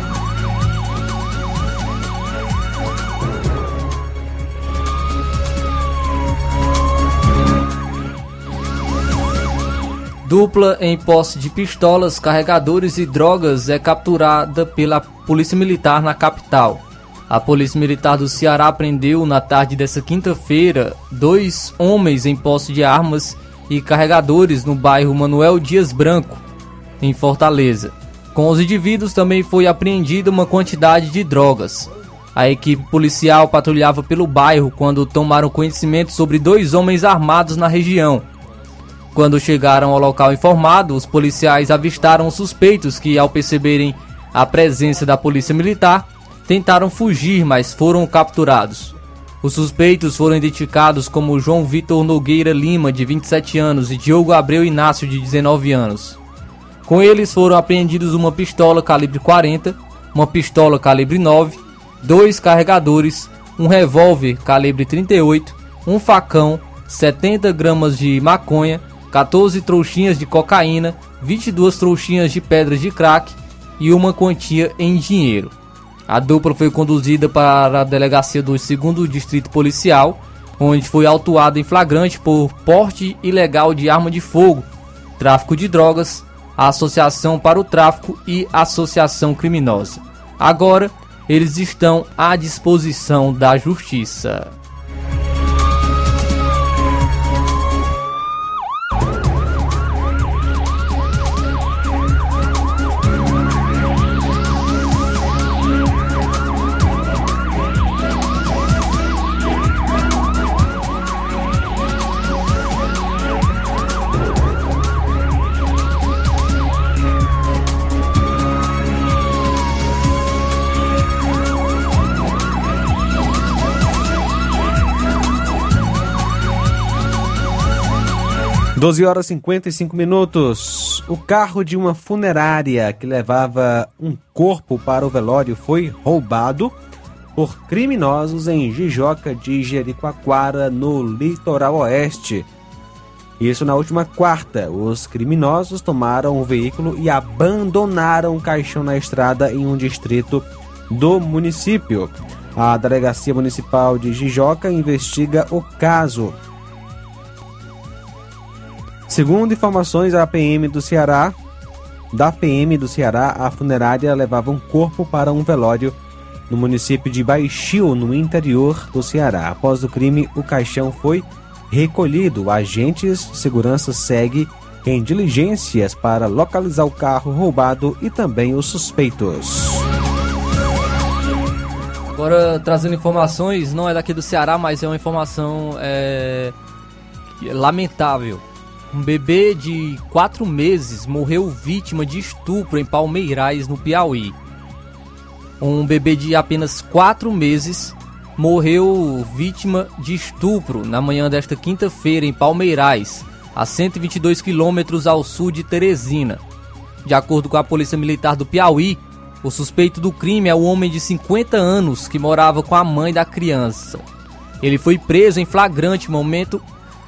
S3: Dupla em posse de pistolas, carregadores e drogas é capturada pela Polícia Militar na capital. A Polícia Militar do Ceará prendeu na tarde dessa quinta-feira 2 homens em posse de armas e carregadores no bairro Manuel Dias Branco, em Fortaleza. Com os indivíduos também foi apreendida uma quantidade de drogas. A equipe policial patrulhava pelo bairro quando tomaram conhecimento sobre 2 homens armados na região. Quando chegaram ao local informado, os policiais avistaram os suspeitos que, ao perceberem a presença da polícia militar, tentaram fugir, mas foram capturados. Os suspeitos foram identificados como João Vitor Nogueira Lima, de 27 anos, e Diogo Abreu Inácio, de 19 anos. Com eles foram apreendidos uma pistola calibre 40, uma pistola calibre 9, 2 carregadores, um revólver calibre 38, um facão, 70 gramas de maconha, 14 trouxinhas de cocaína, 22 trouxinhas de pedras de crack e uma quantia em dinheiro. A dupla foi conduzida para a delegacia do 2º Distrito Policial, onde foi autuada em flagrante por porte ilegal de arma de fogo, tráfico de drogas, associação para o tráfico e associação criminosa. Agora, eles estão à disposição da justiça.
S2: Doze horas e 55 minutos. O carro de uma funerária que levava um corpo para o velório foi roubado por criminosos em Jijoca de Jericoacoara, no litoral oeste. Isso na última quarta. Os criminosos tomaram o veículo e abandonaram o caixão na estrada em um distrito do município. A Delegacia Municipal de Jijoca investiga o caso. Segundo informações da PM do Ceará, a funerária levava um corpo para um velório no município de Baixio, no interior do Ceará. Após o crime, o caixão foi recolhido. Agentes de segurança seguem em diligências para localizar o carro roubado e também os suspeitos.
S3: Agora, trazendo informações, não é daqui do Ceará, mas é uma informação lamentável. Um bebê de 4 meses morreu vítima de estupro em Palmeirais, no Piauí. Um bebê de apenas 4 meses morreu vítima de estupro na manhã desta quinta-feira em Palmeirais, a 122 quilômetros ao sul de Teresina. De acordo com a Polícia Militar do Piauí, o suspeito do crime é o homem de 50 anos que morava com a mãe da criança. Ele foi preso em flagrante momento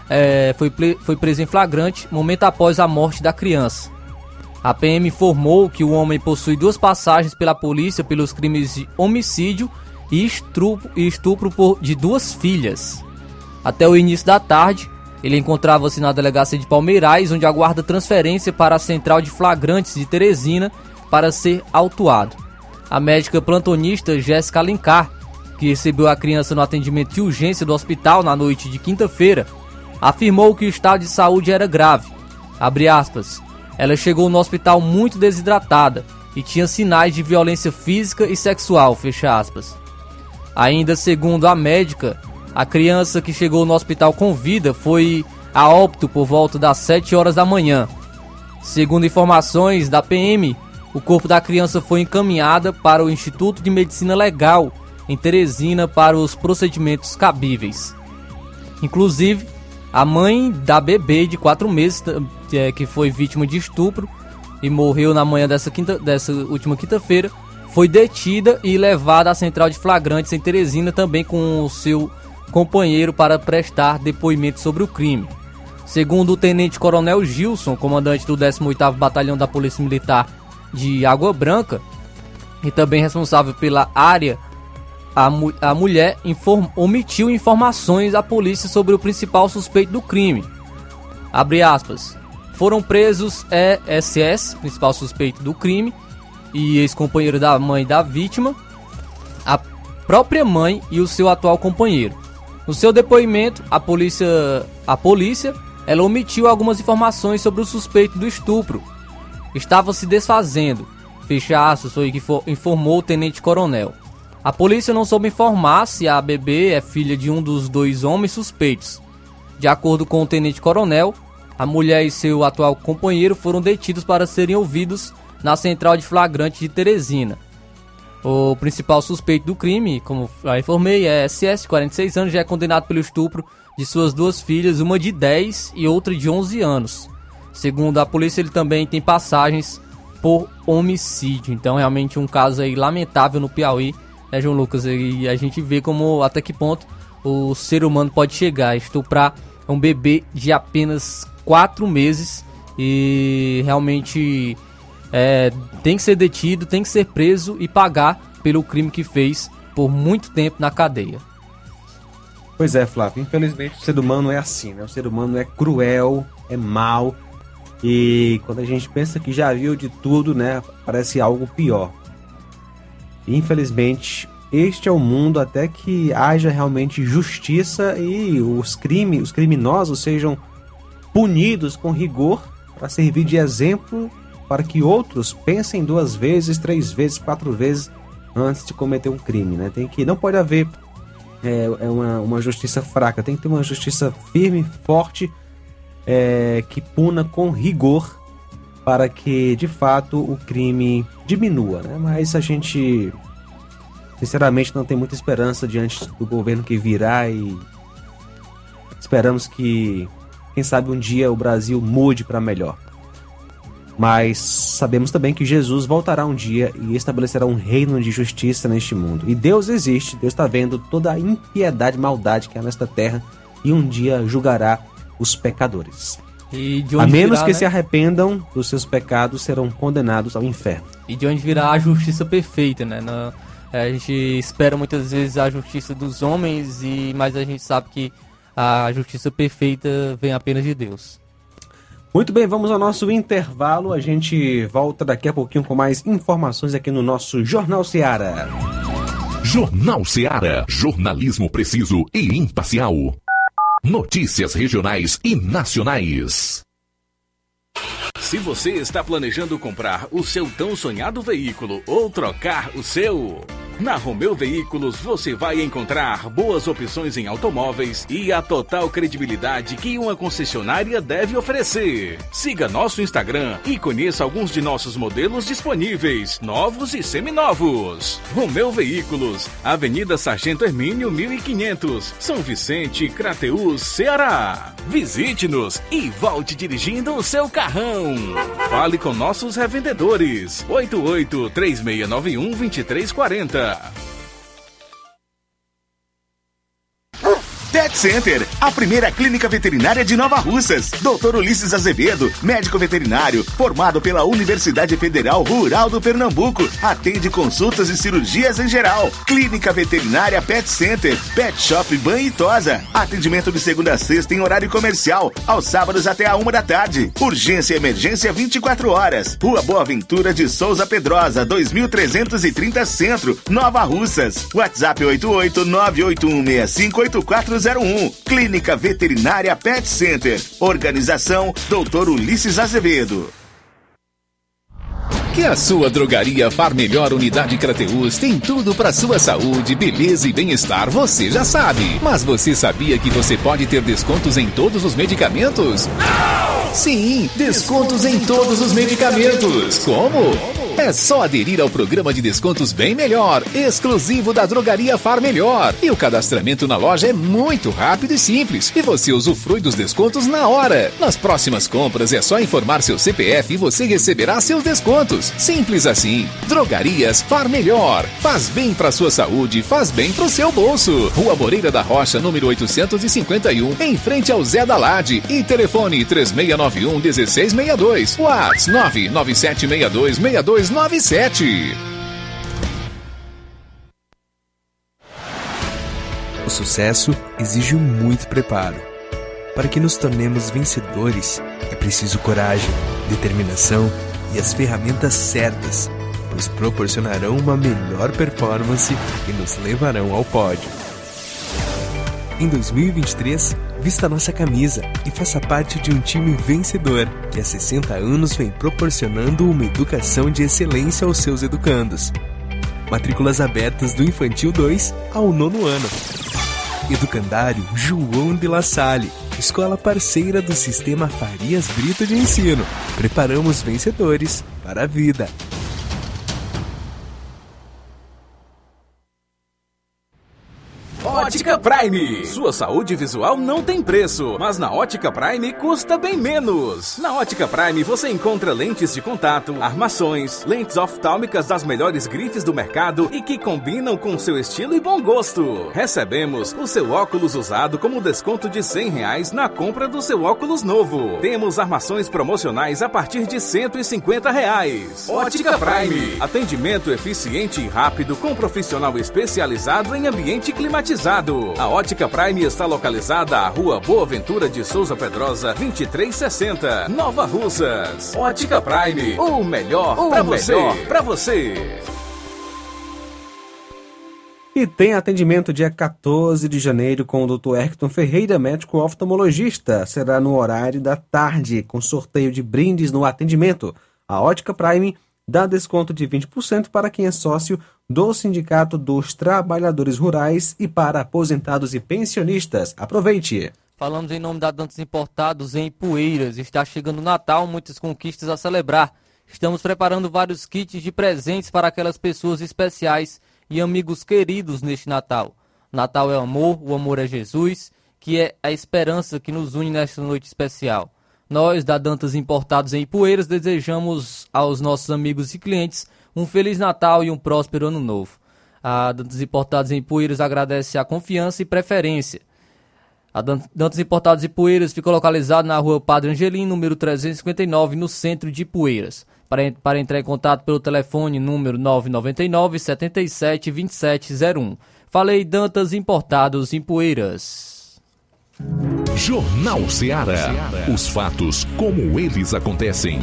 S3: após a morte da criança. A PM informou que o homem possui 2 passagens pela polícia pelos crimes de homicídio e estupro de 2 filhas. Até o início da tarde, ele encontrava-se na delegacia de Palmeirais, onde aguarda transferência para a central de flagrantes de Teresina para ser autuado. A médica plantonista Jéssica Alencar, que recebeu a criança no atendimento de urgência do hospital na noite de quinta-feira, afirmou que o estado de saúde era grave. Abre aspas. Ela chegou no hospital muito desidratada e tinha sinais de violência física e sexual, fecha aspas. Ainda segundo a médica, a criança que chegou no hospital com vida foi a óbito por volta das 7 horas da manhã. Segundo informações da PM, o corpo da criança foi encaminhado para o Instituto de Medicina Legal em Teresina para os procedimentos cabíveis. Inclusive, a mãe da bebê de 4 meses, que foi vítima de estupro e morreu na manhã dessa última quinta-feira, foi detida e levada à central de flagrantes em Teresina, também com o seu companheiro, para prestar depoimento sobre o crime. Segundo o tenente-coronel Gilson, comandante do 18º Batalhão da Polícia Militar de Água Branca e também responsável pela área, a mulher omitiu informações à polícia sobre o principal suspeito do crime. Abre aspas. Foram presos ESS, principal suspeito do crime, e ex-companheiro da mãe da vítima, a própria mãe e o seu atual companheiro. No seu depoimento, a polícia ela omitiu algumas informações sobre o suspeito do estupro. Estava se desfazendo, fecha aspas, foi o que informou o tenente-coronel. A polícia não soube informar se a bebê é filha de um dos 2 homens suspeitos. De acordo com o tenente-coronel, A mulher e seu atual companheiro foram detidos para serem ouvidos na central de flagrante de Teresina. O principal suspeito do crime, como já informei, é SS, 46 anos, já é condenado pelo estupro de suas 2 filhas, uma de 10 e outra de 11 anos. Segundo a polícia, ele também tem passagens por homicídio. Então, realmente um caso aí lamentável no Piauí, né, João Lucas? E a gente vê como, até que ponto o ser humano pode chegar a estuprar um bebê de apenas 4 meses e realmente tem que ser detido, tem que ser preso e pagar pelo crime que fez por muito tempo na cadeia.
S2: Pois é, Flávio, infelizmente o ser humano é assim, né? O ser humano é cruel, é mau, e quando a gente pensa que já viu de tudo, né, parece algo pior. E, infelizmente, este é o mundo até que haja realmente justiça e os criminosos sejam punidos com rigor para servir de exemplo para que outros pensem 2 vezes, 3 vezes, 4 vezes antes de cometer um crime, né? Não pode haver uma justiça fraca, tem que ter uma justiça firme, forte, que puna com rigor para que de fato o crime diminua, né? Mas a gente sinceramente não tem muita esperança diante do governo que virá e esperamos que, quem sabe, um dia o Brasil mude para melhor. Mas sabemos também que Jesus voltará um dia e estabelecerá um reino de justiça neste mundo. E Deus existe, Deus está vendo toda a impiedade e maldade que há nesta terra e um dia julgará os pecadores. A menos que se arrependam dos seus pecados, serão condenados ao inferno.
S3: E de onde virá a justiça perfeita, né? A gente espera muitas vezes a justiça dos homens, mas a gente sabe que a justiça perfeita vem apenas de Deus.
S2: Muito bem, vamos ao nosso intervalo. A gente volta daqui a pouquinho com mais informações aqui no nosso Jornal Seara.
S18: Jornal Seara. Jornalismo preciso e imparcial. Notícias regionais e nacionais.
S4: Se você está planejando comprar o seu tão sonhado veículo ou trocar o seu, na Romeu Veículos você vai encontrar boas opções em automóveis e a total credibilidade que uma concessionária deve oferecer. Siga nosso Instagram e conheça alguns de nossos modelos disponíveis, novos e seminovos. Romeu Veículos, Avenida Sargento Hermínio 1500, São Vicente, Crateús, Ceará. Visite-nos e volte dirigindo o seu carrão. Fale com nossos revendedores. 88-3691-2340.
S19: Pet Center, a primeira clínica veterinária de Nova Russas. Dr. Ulisses Azevedo, médico veterinário, formado pela Universidade Federal Rural do Pernambuco. Atende consultas e cirurgias em geral. Clínica Veterinária Pet Center, Pet Shop Banho e Tosa. Atendimento de segunda a sexta em horário comercial, aos sábados até a 1 da tarde. Urgência e emergência 24 horas. Rua Boa Ventura de Souza Pedrosa, 2330 Centro, Nova Russas. WhatsApp 88-981658401. Clínica Veterinária Pet Center. Organização Dr. Ulisses Azevedo.
S8: Que a sua drogaria Far Melhor Unidade Crateús tem tudo para sua saúde, beleza e bem-estar, você já sabe. Mas você sabia que você pode ter descontos em todos os medicamentos? Não! Sim, descontos em todos os medicamentos. Como? É só aderir ao programa de descontos Bem Melhor, exclusivo da drogaria Far Melhor. E o cadastramento na loja é muito rápido e simples. E você usufrui dos descontos na hora. Nas próximas compras é só informar seu CPF e você receberá seus descontos. Simples assim. Drogarias Far Melhor. Faz bem pra sua saúde, faz bem pro seu bolso. Rua Moreira da Rocha, número 851, em frente ao Zé da Lade. E telefone 3691-1662. WhatsApp 997626297.
S20: O sucesso exige muito preparo. Para que nos tornemos vencedores, é preciso coragem, determinação e as ferramentas certas, pois proporcionarão uma melhor performance e nos levarão ao pódio. Em 2023, vista nossa camisa e faça parte de um time vencedor, que há 60 anos vem proporcionando uma educação de excelência aos seus educandos. Matrículas abertas do Infantil 2 ao 9º ano. Educandário João de La Salle, escola parceira do Sistema Farias Brito de Ensino. Preparamos vencedores para a vida.
S4: Ótica Prime. Sua saúde visual não tem preço, mas na Ótica Prime custa bem menos. Na Ótica Prime você encontra lentes de contato, armações, lentes oftálmicas das melhores grifes do mercado e que combinam com seu estilo e bom gosto. Recebemos o seu óculos usado como desconto de R$100 na compra do seu óculos novo. Temos armações promocionais a partir de R$150. Ótica Prime. Atendimento eficiente e rápido com profissional especializado em ambiente climatizado. A Ótica Prime está localizada à Rua Boa Ventura de Souza Pedrosa, 2360, Nova Russas. Ótica Prime, o melhor pra você.
S2: E tem atendimento dia 14 de janeiro com o Dr. Erkton Ferreira, médico oftalmologista. Será no horário da tarde, com sorteio de brindes no atendimento. A Ótica Prime dá desconto de 20% para quem é sócio do Sindicato dos Trabalhadores Rurais e para aposentados e pensionistas. Aproveite!
S3: Falamos em nome da Dantas Importados em Ipueiras. Está chegando o Natal, muitas conquistas a celebrar. Estamos preparando vários kits de presentes para aquelas pessoas especiais e amigos queridos neste Natal. Natal é amor, o amor é Jesus, que é a esperança que nos une nesta noite especial. Nós, da Dantas Importados em Ipueiras, desejamos aos nossos amigos e clientes um Feliz Natal e um próspero Ano Novo. A Dantas Importados em Ipueiras agradece a confiança e preferência. A Dantas Importados em Ipueiras fica localizado na rua Padre Angelim, número 359, no centro de Ipueiras. Para entrar em contato pelo telefone número 999 77 2701. Falei Dantas Importados em Ipueiras.
S18: Jornal Ceará. Os fatos como eles acontecem.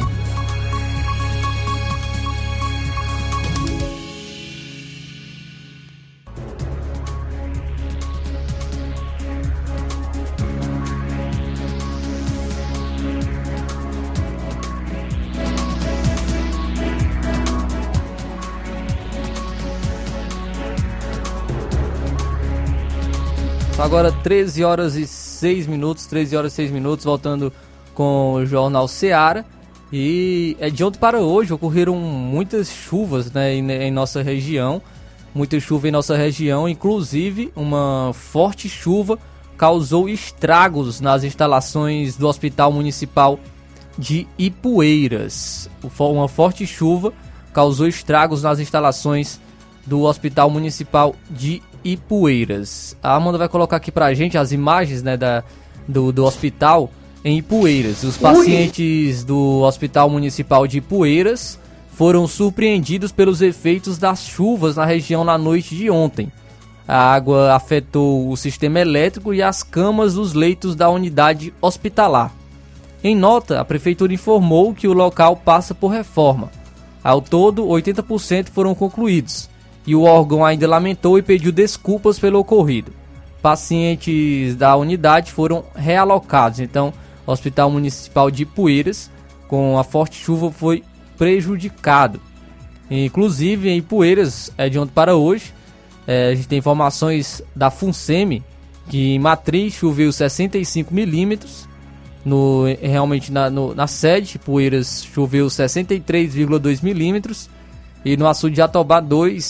S3: Agora 13 horas e 6 minutos, voltando com o Jornal Ceará. E de ontem para hoje ocorreram muitas chuvas, né, em nossa região. Muita chuva em nossa região, inclusive uma forte chuva causou estragos nas instalações do Hospital Municipal de Ipueiras. Uma forte chuva causou estragos nas instalações do Hospital Municipal de Ipueiras. A Amanda vai colocar aqui pra gente as imagens, né, do hospital em Ipueiras. Os pacientes do Hospital Municipal de Ipueiras foram surpreendidos pelos efeitos das chuvas na região na noite de ontem. A água afetou o sistema elétrico e as camas dos leitos da unidade hospitalar. Em nota, a prefeitura informou que o local passa por reforma. Ao todo, 80% foram concluídos. E o órgão ainda lamentou e pediu desculpas pelo ocorrido. Pacientes da unidade foram realocados. Então, o Hospital Municipal de Ipueiras, com a forte chuva, foi prejudicado. Inclusive, em Ipueiras, de ontem para hoje, a gente tem informações da FUNSEMI, que em Matriz choveu 65 milímetros. Realmente na sede, Ipueiras, choveu 63,2 milímetros. E no açude de Jatobá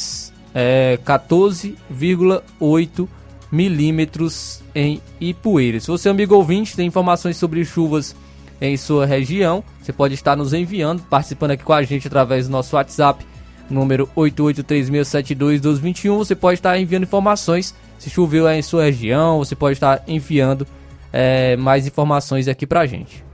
S3: 14,8 milímetros em Ipueiras. Se você, amigo ouvinte, tem informações sobre chuvas em sua região, você pode estar nos enviando, participando aqui com a gente através do nosso WhatsApp, número 8836721221. Você pode estar enviando informações se choveu em sua região, você pode estar enviando mais informações aqui pra gente.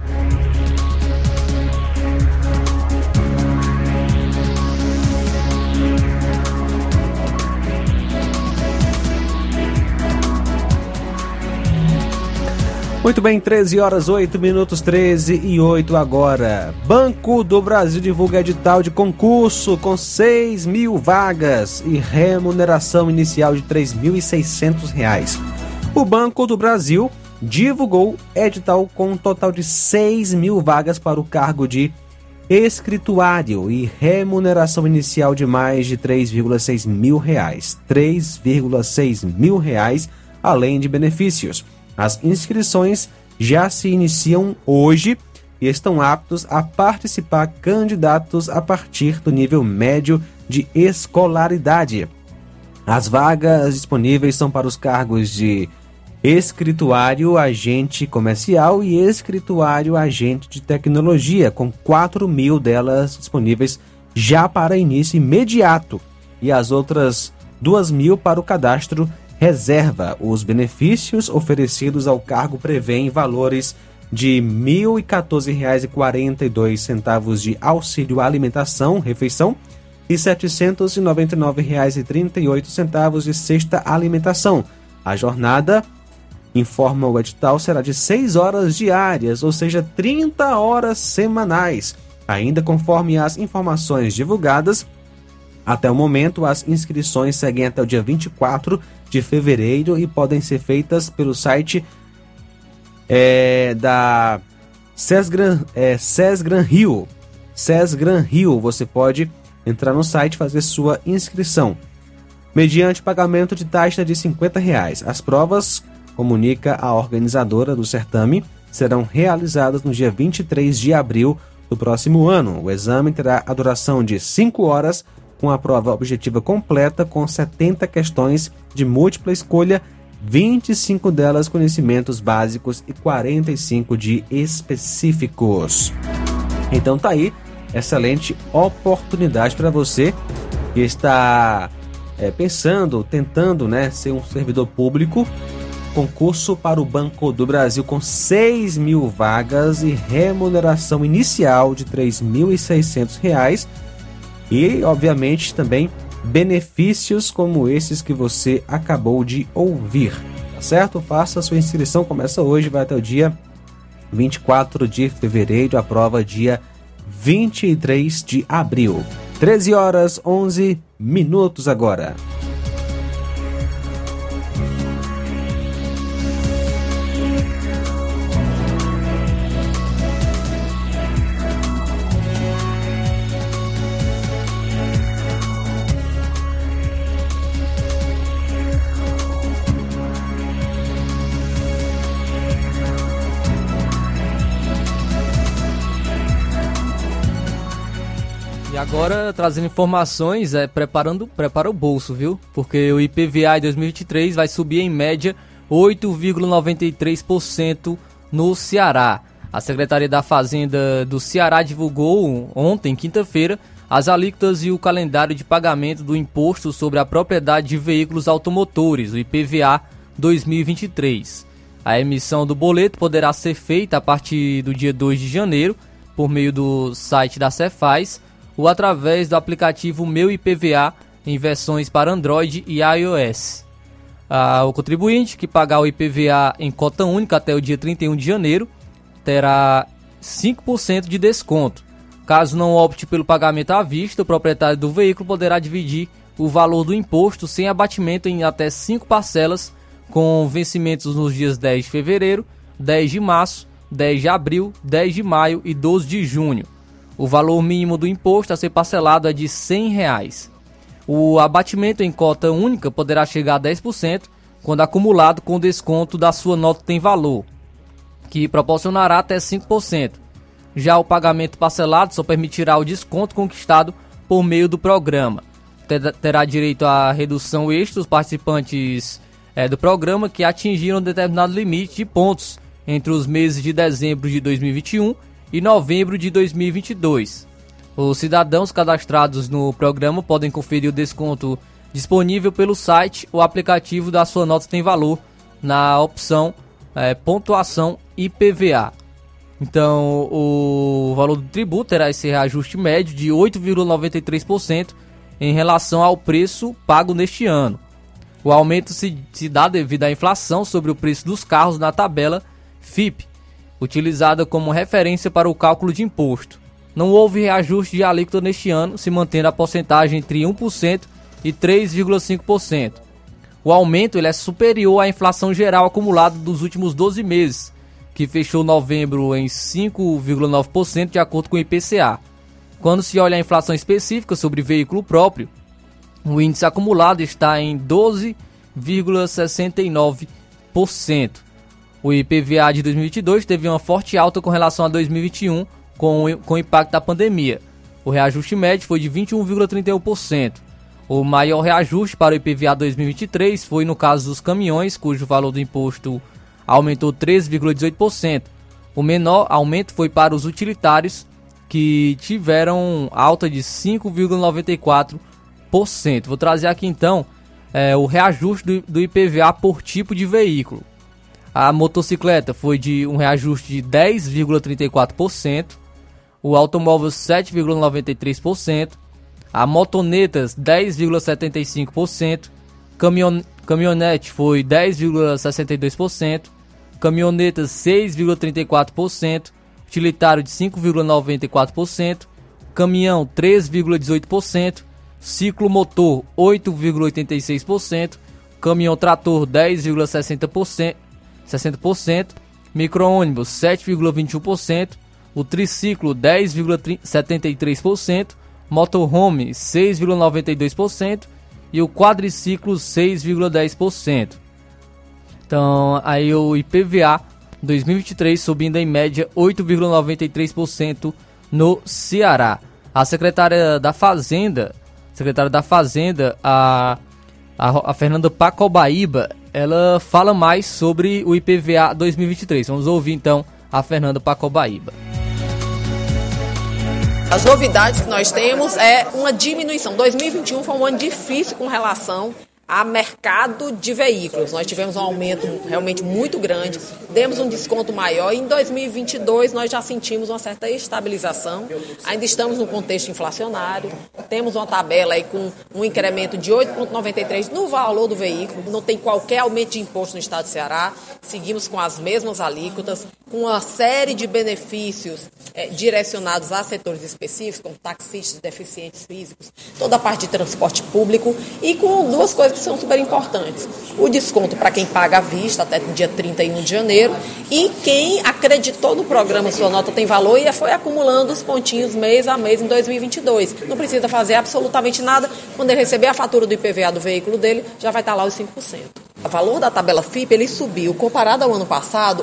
S2: Muito bem, 13 horas 8 minutos, 13 e 8 agora. Banco do Brasil divulga edital de concurso com 6.000 vagas e remuneração inicial de R$ 3.600. O Banco do Brasil divulgou edital com um total de 6.000 vagas para o cargo de escrituário e remuneração inicial de mais de R$ 3.600. R$ 3.600, além de benefícios. As inscrições já se iniciam hoje e estão aptos a participar candidatos a partir do nível médio de escolaridade. As vagas disponíveis são para os cargos de escrituário agente comercial e escrituário agente de tecnologia, com 4.000 delas disponíveis já para início imediato e as outras 2.000 para o cadastro reserva. Os benefícios oferecidos ao cargo prevêem valores de R$ 1.014,42 de auxílio alimentação, refeição, e R$ 799,38 de cesta alimentação. A jornada, informa o edital, será de 6 horas diárias, ou seja, 30 horas semanais. Ainda conforme as informações divulgadas, até o momento as inscrições seguem até o dia 24 de fevereiro e podem ser feitas pelo site da Sesgran Rio. Sesgran Rio, você pode entrar no site e fazer sua inscrição, mediante pagamento de taxa de R$ 50. As provas, comunica a organizadora do certame, serão realizadas no dia 23 de abril do próximo ano. O exame terá a duração de 5 horas, com a prova objetiva completa, com 70 questões de múltipla escolha, 25 delas conhecimentos básicos e 45 de específicos. Então tá aí, excelente oportunidade para você que está tentando ser um servidor público. Concurso para o Banco do Brasil com 6.000 vagas e remuneração inicial de R$ 3.600 e, obviamente, também benefícios como esses que você acabou de ouvir, tá certo? Faça a sua inscrição, começa hoje, vai até o dia 24 de fevereiro, a prova dia 23 de abril. 13 horas 11 minutos agora.
S3: Agora, trazendo informações, prepara o bolso, viu? Porque o IPVA em 2023 vai subir em média 8,93% no Ceará. A Secretaria da Fazenda do Ceará divulgou ontem, quinta-feira, as alíquotas e o calendário de pagamento do Imposto sobre a Propriedade de Veículos Automotores, o IPVA 2023. A emissão do boleto poderá ser feita a partir do dia 2 de janeiro, por meio do site da Cefaz, ou através do aplicativo Meu IPVA em versões para Android e iOS. O contribuinte que pagar o IPVA em cota única até o dia 31 de janeiro terá 5% de desconto. Caso não opte pelo pagamento à vista, o proprietário do veículo poderá dividir o valor do imposto sem abatimento em até 5 parcelas, com vencimentos nos dias 10 de fevereiro, 10 de março, 10 de abril, 10 de maio e 12 de junho. O valor mínimo do imposto a ser parcelado é de R$ 100. O abatimento em cota única poderá chegar a 10% quando acumulado com desconto da sua nota tem valor, que proporcionará até 5%. Já o pagamento parcelado só permitirá o desconto conquistado por meio do programa. Terá direito à redução extra os participantes do programa que atingiram determinado limite de pontos entre os meses de dezembro de 2021 e novembro de 2022. Os cidadãos cadastrados no programa podem conferir o desconto disponível pelo site ou aplicativo da sua nota tem valor na opção pontuação IPVA. Então, o valor do tributo terá esse reajuste médio de 8,93% em relação ao preço pago neste ano. O aumento se dá devido à inflação sobre o preço dos carros na tabela FIPE, utilizada como referência para o cálculo de imposto. Não houve reajuste de alíquota neste ano, se mantendo a porcentagem entre 1% e 3,5%. O aumento é superior à inflação geral acumulada dos últimos 12 meses, que fechou novembro em 5,9% de acordo com o IPCA. Quando se olha a inflação específica sobre veículo próprio, o índice acumulado está em 12,69%. O IPVA de 2022 teve uma forte alta com relação a 2021, com o impacto da pandemia. O reajuste médio foi de 21,31%. O maior reajuste para o IPVA 2023 foi no caso dos caminhões, cujo valor do imposto aumentou 13,18%. O menor aumento foi para os utilitários, que tiveram alta de 5,94%. Vou trazer aqui então o reajuste do IPVA por tipo de veículo. A motocicleta foi de um reajuste de 10,34%, o automóvel 7,93%, a motonetas 10,75%, caminhonete foi 10,62%, caminhonetas 6,34%, utilitário de 5,94%, caminhão 3,18%, ciclomotor 8,86%, caminhão trator 10,60%, micro-ônibus 7,21%, o triciclo 10,73%, motorhome 6,92% e o quadriciclo 6,10%. Então, aí o IPVA 2023 subindo em média 8,93% no Ceará. A secretária da Fazenda, a Fernanda Pacobaíba, ela fala mais sobre o IPVA 2023. Vamos ouvir então a Fernanda Pacobaíba.
S21: As novidades que nós temos é uma diminuição. 2021 foi um ano difícil com relação a mercado de veículos. Nós tivemos um aumento realmente muito grande, demos um desconto maior e em 2022 nós já sentimos uma certa estabilização. Ainda estamos num contexto inflacionário, temos uma tabela aí com um incremento de 8,93 no valor do veículo, não tem qualquer aumento de imposto no estado do Ceará, seguimos com as mesmas alíquotas, com uma série de benefícios direcionados a setores específicos, como taxistas, deficientes físicos, toda a parte de transporte público e com duas coisas que são super importantes. O desconto para quem paga à vista até o dia 31 de janeiro e quem acreditou no programa Sua Nota Tem Valor e foi acumulando os pontinhos mês a mês em 2022. Não precisa fazer absolutamente nada. Quando ele receber a fatura do IPVA do veículo dele, já vai estar lá os 5%. O valor da tabela FIP, ele subiu, comparado ao ano passado,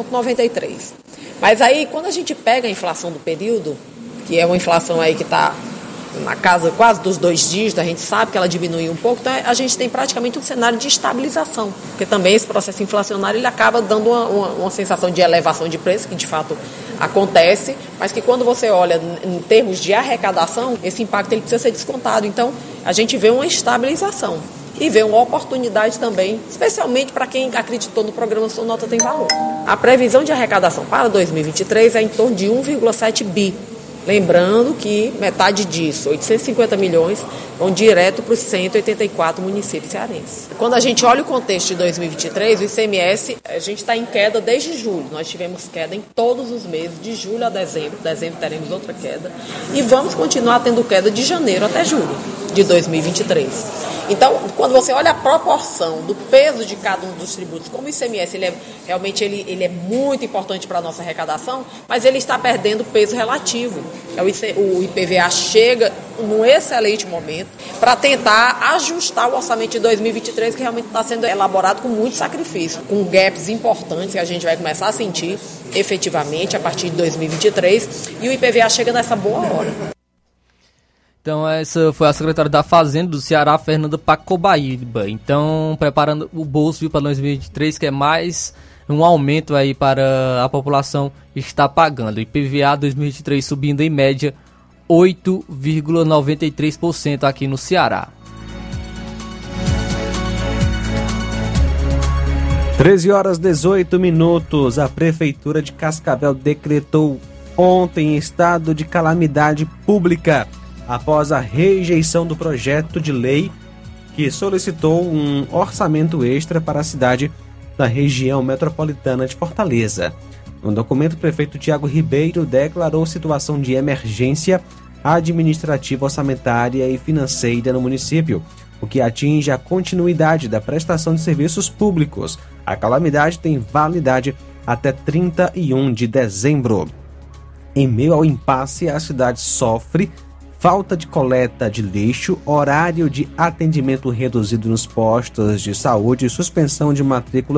S21: 8,93. Mas aí, quando a gente pega a inflação do período, que é uma inflação aí que está na casa quase dos 2 dígitos, a gente sabe que ela diminuiu um pouco, então a gente tem praticamente um cenário de estabilização, porque também esse processo inflacionário ele acaba dando uma sensação de elevação de preço, que de fato acontece, mas que quando você olha em termos de arrecadação, esse impacto ele precisa ser descontado, então a gente vê uma estabilização. E vê uma oportunidade também, especialmente para quem acreditou no programa Sua Nota Tem Valor. A previsão de arrecadação para 2023 é em torno de 1,7 bi. Lembrando que metade disso, 850 milhões, vão direto para os 184 municípios cearenses. Quando a gente olha o contexto de 2023, o ICMS, a gente está em queda desde julho. Nós tivemos queda em todos os meses, de julho a dezembro. Dezembro teremos outra queda. E vamos continuar tendo queda de janeiro até julho de 2023. Então, quando você olha a proporção do peso de cada um dos tributos, como o ICMS, ele é muito importante para a nossa arrecadação, mas ele está perdendo peso relativo. O IPVA chega num excelente momento para tentar ajustar o orçamento de 2023, que realmente está sendo elaborado com muito sacrifício, com gaps importantes que a gente vai começar a sentir efetivamente a partir de 2023, e o IPVA chega nessa boa hora.
S3: Então essa foi a secretária da Fazenda do Ceará, Fernanda Pacobaíba. Então, preparando o bolso para 2023, que é mais um aumento aí para a população estar pagando. IPVA 2023 subindo em média 8,93% aqui no Ceará.
S2: 13h18. A Prefeitura de Cascavel decretou ontem estado de calamidade pública após a rejeição do projeto de lei que solicitou um orçamento extra para a cidade da região metropolitana de Fortaleza. No documento, o prefeito Tiago Ribeiro declarou situação de emergência administrativa, orçamentária e financeira no município, o que atinge a continuidade da prestação de serviços públicos. A calamidade tem validade até 31 de dezembro. Em meio ao impasse, a cidade sofre falta de coleta de lixo, horário de atendimento reduzido nos postos de saúde e suspensão de matrículas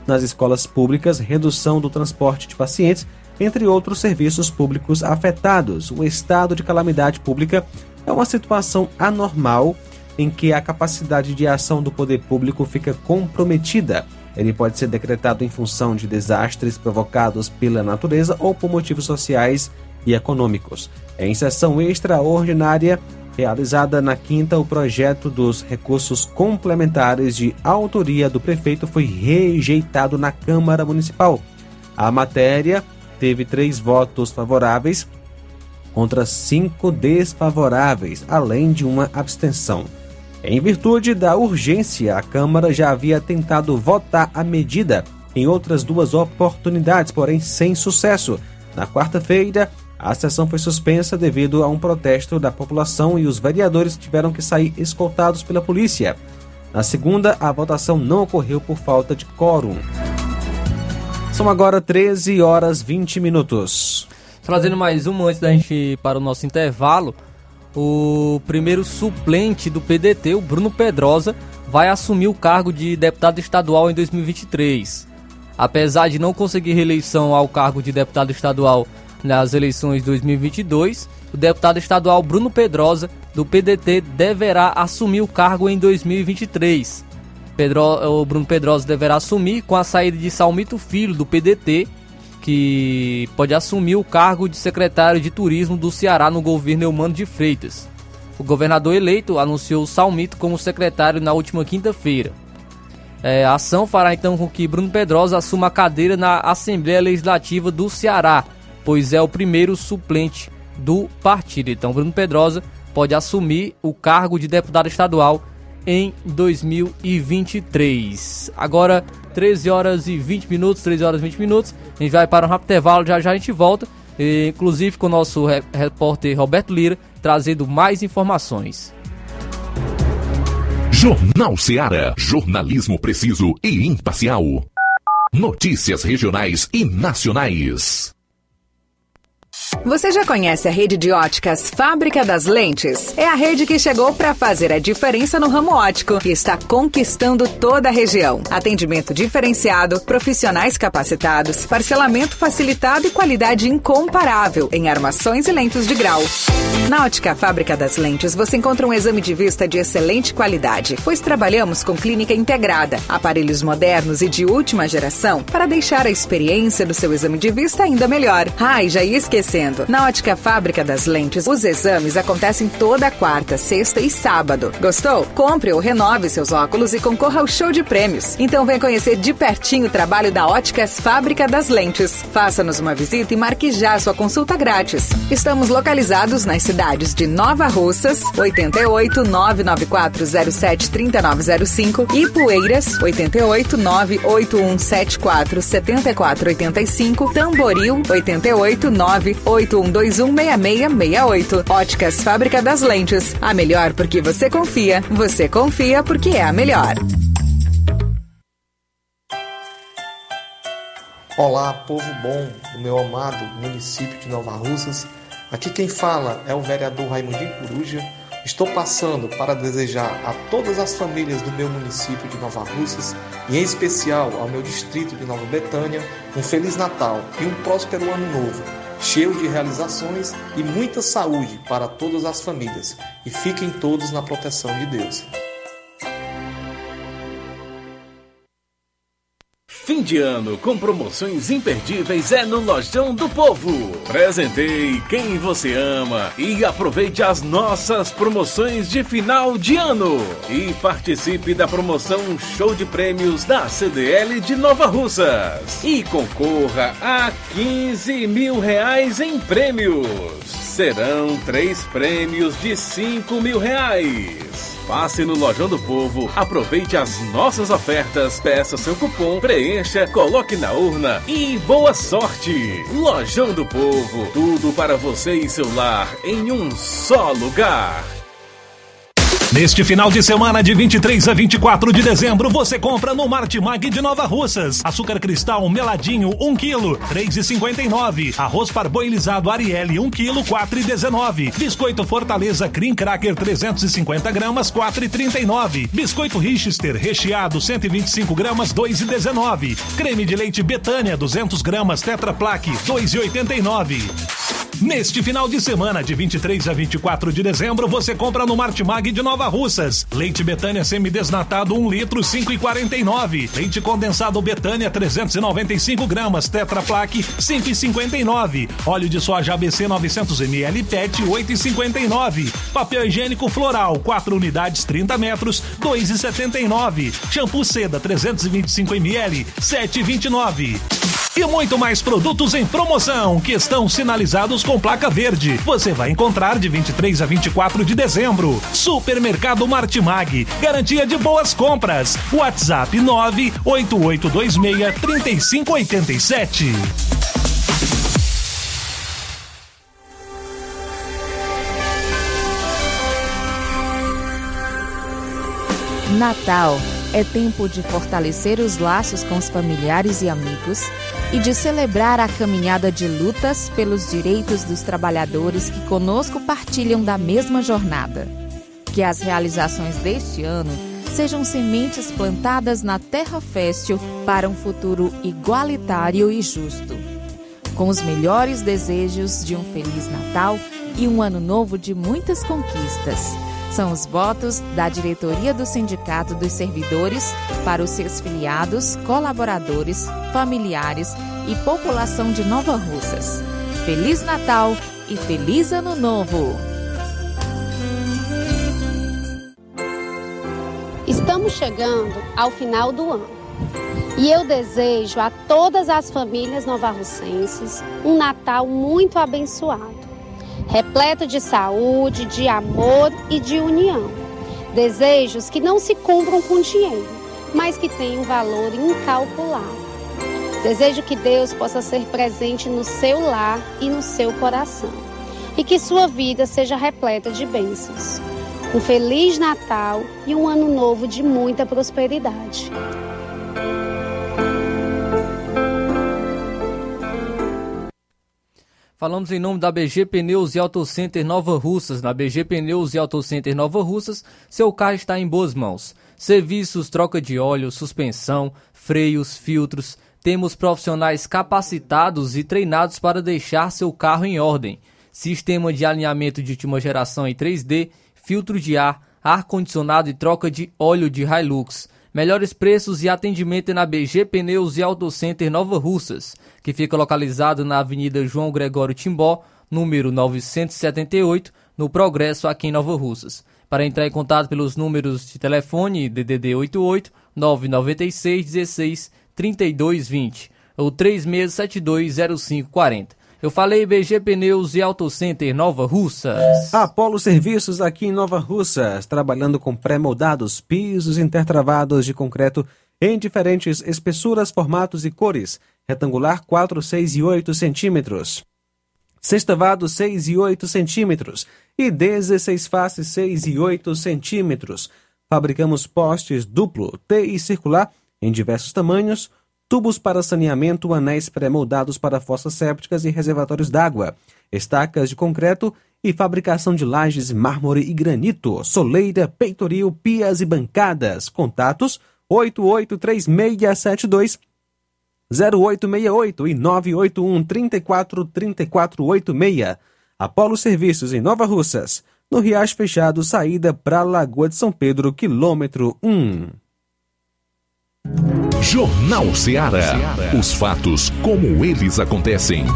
S2: nas escolas públicas, redução do transporte de pacientes, entre outros serviços públicos afetados. O estado de calamidade pública é uma situação anormal em que a capacidade de ação do poder público fica comprometida. Ele pode ser decretado em função de desastres provocados pela natureza ou por motivos sociais e econômicos. Em sessão extraordinária realizada na quinta, o projeto dos recursos complementares de autoria do prefeito foi rejeitado na Câmara Municipal. A matéria teve 3 votos favoráveis contra 5 desfavoráveis, além de uma abstenção. Em virtude da urgência, a Câmara já havia tentado votar a medida em outras 2 oportunidades, porém sem sucesso. Na quarta-feira, a sessão foi suspensa devido a um protesto da população e os vereadores tiveram que sair escoltados pela polícia. Na segunda, a votação não ocorreu por falta de quórum. São agora 13 horas 20 minutos.
S3: Trazendo mais uma antes da gente ir para o nosso intervalo. O primeiro suplente do PDT, o Bruno Pedrosa, vai assumir o cargo de deputado estadual em 2023. Apesar de não conseguir reeleição ao cargo de deputado estadual nas eleições de 2022, o deputado estadual Bruno Pedrosa, do PDT, deverá assumir o cargo em 2023. O Bruno Pedrosa deverá assumir com a saída de Salmito Filho, do PDT, que pode assumir o cargo de secretário de Turismo do Ceará no governo Eumano de Freitas. O governador eleito anunciou o Salmito como secretário na última quinta-feira. A ação fará então com que Bruno Pedrosa assuma a cadeira na Assembleia Legislativa do Ceará, pois é o primeiro suplente do partido. Então Bruno Pedrosa pode assumir o cargo de deputado estadual em 2023. Agora 13 horas e 20 minutos, 13 horas e 20 minutos. A gente vai para um rápido intervalo, já a gente volta, inclusive com o nosso repórter Roberto Lira, trazendo mais informações.
S18: Jornal Ceará, jornalismo preciso e imparcial. Notícias regionais e nacionais.
S10: Você já conhece a rede de óticas Fábrica das Lentes? É a rede que chegou para fazer a diferença no ramo óptico e está conquistando toda a região. Atendimento diferenciado, profissionais capacitados, parcelamento facilitado e qualidade incomparável em armações e lentes de grau. Na Ótica Fábrica das Lentes você encontra um exame de vista de excelente qualidade, pois trabalhamos com clínica integrada, aparelhos modernos e de última geração para deixar a experiência do seu exame de vista ainda melhor. Já ia esquecendo. Na Ótica Fábrica das Lentes, os exames acontecem toda quarta, sexta e sábado. Gostou? Compre ou renove seus óculos e concorra ao show de prêmios. Então vem conhecer de pertinho o trabalho da Óticas Fábrica das Lentes. Faça-nos uma visita e marque já sua consulta grátis. Estamos localizados nas cidades de Nova Russas, 88 99407 3905, e Ipueiras, 88 98174 7485, Tamboril, 88 981216668. Óticas Fábrica das Lentes. A melhor porque você confia porque é a melhor.
S5: Olá, povo bom do meu amado município de Nova Russas. Aqui quem fala é o vereador Raimundinho Coruja. Estou passando para desejar a todas as famílias do meu município de Nova Russas, e em especial ao meu distrito de Nova Betânia, um Feliz Natal e um próspero Ano Novo, cheio de realizações e muita saúde para todas as famílias. E fiquem todos na proteção de Deus.
S11: Fim de ano com promoções imperdíveis é no Lojão do Povo. Presenteie quem você ama e aproveite as nossas promoções de final de ano. E participe da promoção Show de Prêmios da CDL de Nova Russas. E concorra a R$15 mil em prêmios. Serão 3 prêmios de R$5 mil. Passe no Lojão do Povo, aproveite as nossas ofertas, peça seu cupom, preencha, coloque na urna e boa sorte! Lojão do Povo, tudo para você e seu lar em um só lugar.
S9: Neste final de semana de 23 a 24 de dezembro, você compra no Martimag de Nova Russas. Açúcar cristal meladinho 1 kg, 3,59. Arroz parboilizado Arielle 1 kg, 4,19. Biscoito Fortaleza Cream Cracker 350 gramas, 4,39. Biscoito Richester recheado 125 gramas, 2,19. Creme de leite Betânia 200 gramas Tetra Pak, 2,89. Neste final de semana, de 23 a 24 de dezembro, você compra no Martimag de Nova Russas. Leite Betânia semidesnatado 1 litro, 5,49. Leite condensado Betânia 395 gramas, Tetra Pak, 5,59. Óleo de soja ABC 900 ml PET, 8,59. Papel higiênico floral 4 unidades 30 metros, 2,79. Shampoo Seda 325 ml, 7,29. E muito mais produtos em promoção que estão sinalizados com placa verde. Você vai encontrar de 23 a 24 de dezembro. Supermercado Martimag. Garantia de boas compras. WhatsApp 98826-3587.
S7: Natal é tempo de fortalecer os laços com os familiares e amigos e de celebrar a caminhada de lutas pelos direitos dos trabalhadores que conosco partilham da mesma jornada. Que as realizações deste ano sejam sementes plantadas na terra fértil para um futuro igualitário e justo. Com os melhores desejos de um Feliz Natal e um ano novo de muitas conquistas. São os votos da diretoria do Sindicato dos Servidores para os seus filiados, colaboradores, familiares e população de Nova Russas. Feliz Natal e Feliz Ano Novo!
S22: Estamos chegando ao final do ano e eu desejo a todas as famílias novarrussenses um Natal muito abençoado. Repleto de saúde, de amor e de união. Desejos que não se cumpram com dinheiro, mas que têm um valor incalculável. Desejo que Deus possa ser presente no seu lar e no seu coração. E que sua vida seja repleta de bênçãos. Um Feliz Natal e um Ano Novo de muita prosperidade.
S3: Falamos em nome da BG Pneus e Auto Center Nova Russas. Na BG Pneus e Auto Center Nova Russas, seu carro está em boas mãos. Serviços, troca de óleo, suspensão, freios, filtros. Temos profissionais capacitados e treinados para deixar seu carro em ordem. Sistema de alinhamento de última geração em 3D, filtro de ar, ar-condicionado e troca de óleo de Hilux. Melhores preços e atendimento na BG Pneus e Auto Center Nova Russas, que fica localizado na Avenida João Gregório Timbó, número 978, no Progresso, aqui em Nova Russas. Para entrar em contato pelos números de telefone DDD 88 996 16 32 20 ou 36720540. Eu falei BG Pneus e Auto Center Nova Russas.
S2: Apolo Serviços aqui em Nova Russas, trabalhando com pré-moldados, pisos intertravados de concreto em diferentes espessuras, formatos e cores. Retangular 4, 6 e 8 centímetros. Sextavado 6 e 8 centímetros. E 16 faces 6 e 8 centímetros. Fabricamos postes duplo, T e circular em diversos tamanhos. Tubos para saneamento, anéis pré-moldados para fossas sépticas e reservatórios d'água, estacas de concreto e fabricação de lajes, mármore e granito, soleira, peitoril, pias e bancadas. Contatos 883672 0868 e 981 343486. Apolo Serviços em Nova Russas, no Riacho Fechado, saída para Lagoa de São Pedro, quilômetro 1.
S18: Jornal Ceará. Os fatos como eles acontecem.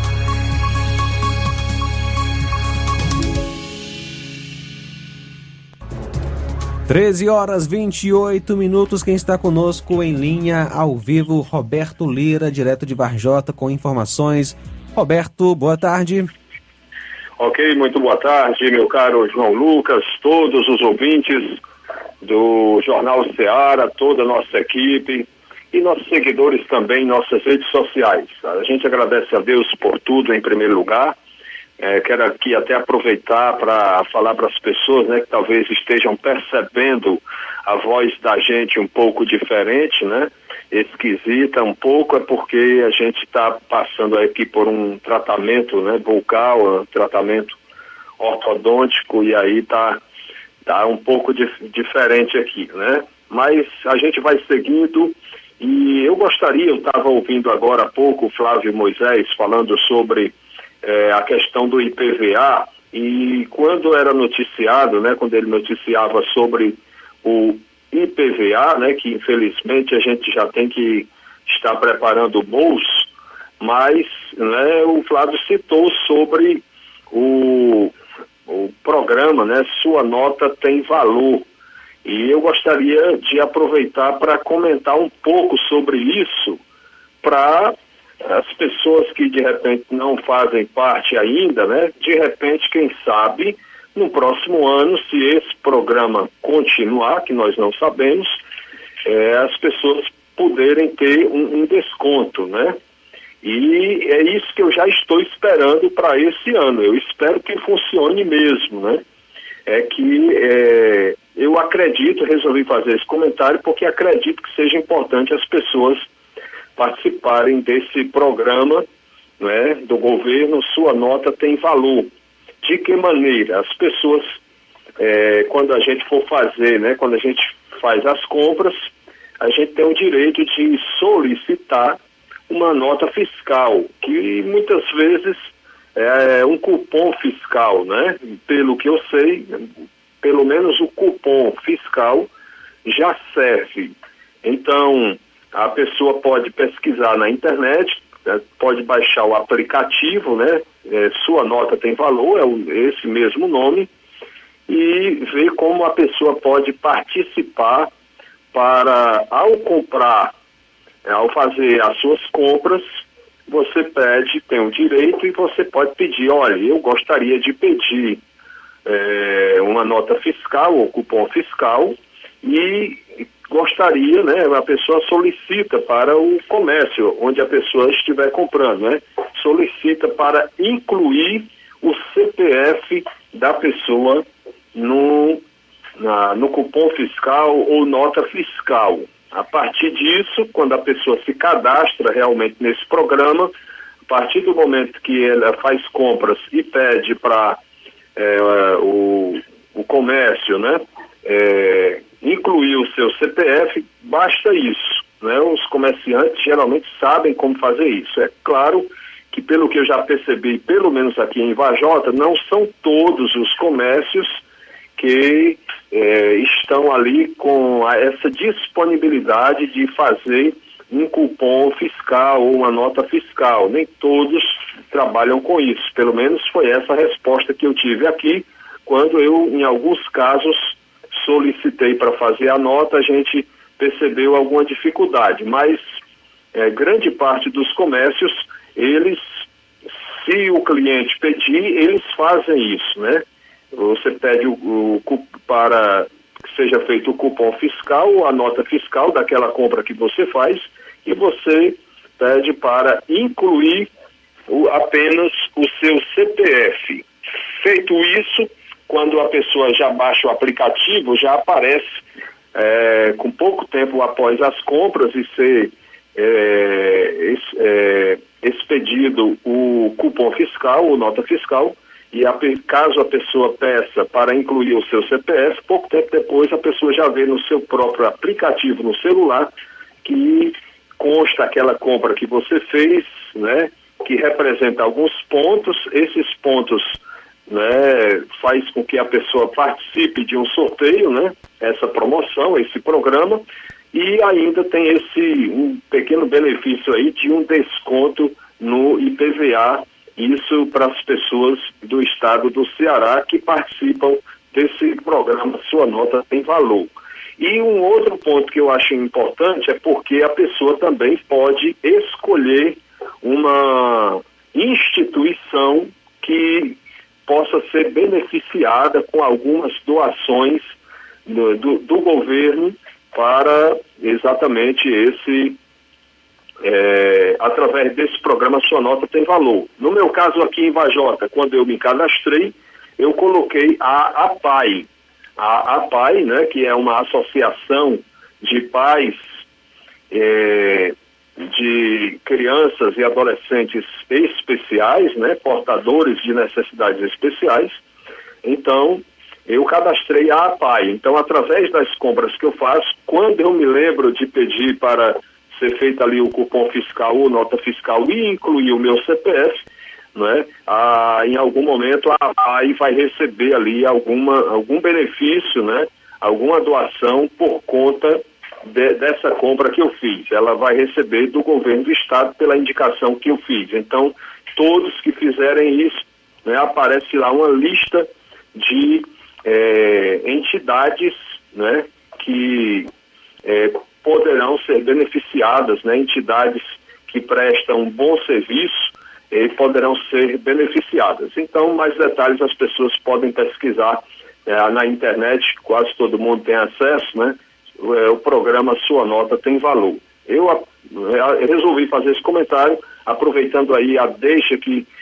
S2: Treze horas 28 minutos. Quem está conosco em linha ao vivo, Roberto Lira, direto de Varjota, com informações. Roberto, boa tarde.
S23: Ok, muito boa tarde, meu caro João Lucas, todos os ouvintes do Jornal Ceará, toda a nossa equipe e nossos seguidores também em nossas redes sociais. A gente agradece a Deus por tudo em primeiro lugar, Quero aqui até aproveitar para falar para as pessoas, né, que talvez estejam percebendo a voz da gente um pouco diferente, né, esquisita um pouco, é porque a gente está passando aqui por um tratamento, né, bucal, um tratamento ortodôntico, e aí tá um pouco diferente aqui, né, mas a gente vai seguindo. E eu estava ouvindo agora há pouco o Flávio Moisés falando sobre a questão do IPVA, e quando era noticiado, né, quando ele noticiava sobre o IPVA, né, que infelizmente a gente já tem que estar preparando o bolso, mas, né, o Flávio citou sobre o programa, né, Sua Nota Tem Valor. E eu gostaria de aproveitar para comentar um pouco sobre isso, para as pessoas que de repente não fazem parte ainda, né? De repente, quem sabe, no próximo ano, se esse programa continuar, que nós não sabemos, as pessoas poderem ter um desconto, né? E é isso que eu já estou esperando para esse ano. Eu espero que funcione mesmo, né? Eu acredito, resolvi fazer esse comentário porque acredito que seja importante as pessoas participarem desse programa, né, do governo. Sua Nota Tem Valor. De que maneira? As pessoas, quando a gente for fazer, né, quando a gente faz as compras, a gente tem o direito de solicitar uma nota fiscal, que muitas vezes é um cupom fiscal, né? Pelo que eu sei, pelo menos o cupom fiscal já serve. Então, a pessoa pode pesquisar na internet, pode baixar o aplicativo, né? Sua Nota Tem Valor, esse mesmo nome, e ver como a pessoa pode participar para, ao comprar, ao fazer as suas compras, você tem o direito e você pode pedir, olha, eu gostaria de pedir uma nota fiscal ou cupom fiscal, e gostaria, né, a pessoa solicita para o comércio onde a pessoa estiver comprando, né, solicita para incluir o CPF da pessoa no cupom fiscal ou nota fiscal. A partir disso, quando a pessoa se cadastra realmente nesse programa, a partir do momento que ela faz compras e pede para o comércio, né, incluir o seu CPF, basta isso, né? Os comerciantes geralmente sabem como fazer isso. É claro que, pelo que eu já percebi, pelo menos aqui em Vajota, não são todos os comércios que estão ali com essa disponibilidade de fazer um cupom fiscal ou uma nota fiscal. Nem todos trabalham com isso. Pelo menos foi essa a resposta que eu tive aqui, quando eu, em alguns casos, solicitei para fazer a nota, a gente percebeu alguma dificuldade. Mas grande parte dos comércios, eles, se o cliente pedir, eles fazem isso, né? Você pede para que seja feito o cupom fiscal ou a nota fiscal daquela compra que você faz, e você pede para incluir apenas o seu CPF. Feito isso, quando a pessoa já baixa o aplicativo, já aparece com pouco tempo após as compras e ser expedido o cupom fiscal ou nota fiscal, e caso a pessoa peça para incluir o seu CPF, pouco tempo depois a pessoa já vê no seu próprio aplicativo no celular que consta aquela compra que você fez, né, que representa alguns pontos. Esses pontos, né, faz com que a pessoa participe de um sorteio, né, essa promoção, esse programa, e ainda tem um pequeno benefício aí de um desconto no IPVA, isso para as pessoas do estado do Ceará que participam desse programa Sua Nota Tem Valor. E um outro ponto que eu acho importante é porque a pessoa também pode escolher uma instituição que possa ser beneficiada com algumas doações do governo para exatamente através desse programa Sua Nota Tem Valor. No meu caso aqui em Vajota, quando eu me cadastrei, eu coloquei a APAI. A APAI, né, que é uma associação de pais de crianças e adolescentes especiais, né, portadores de necessidades especiais. Então, eu cadastrei a APAI. Então, através das compras que eu faço, quando eu me lembro de pedir para ser feito ali o cupom fiscal ou nota fiscal e incluir o meu CPF, né, em algum momento a APAI vai receber ali algum benefício, né, alguma doação por conta dessa compra que eu fiz. Ela vai receber do governo do estado pela indicação que eu fiz. Então, todos que fizerem isso, né, aparece lá uma lista de entidades, né, que poderão ser beneficiadas, né, entidades que prestam um bom serviço poderão ser beneficiadas. Então, mais detalhes as pessoas podem pesquisar na internet, quase todo mundo tem acesso, né? O programa Sua Nota Tem Valor. Eu resolvi fazer esse comentário, aproveitando aí a deixa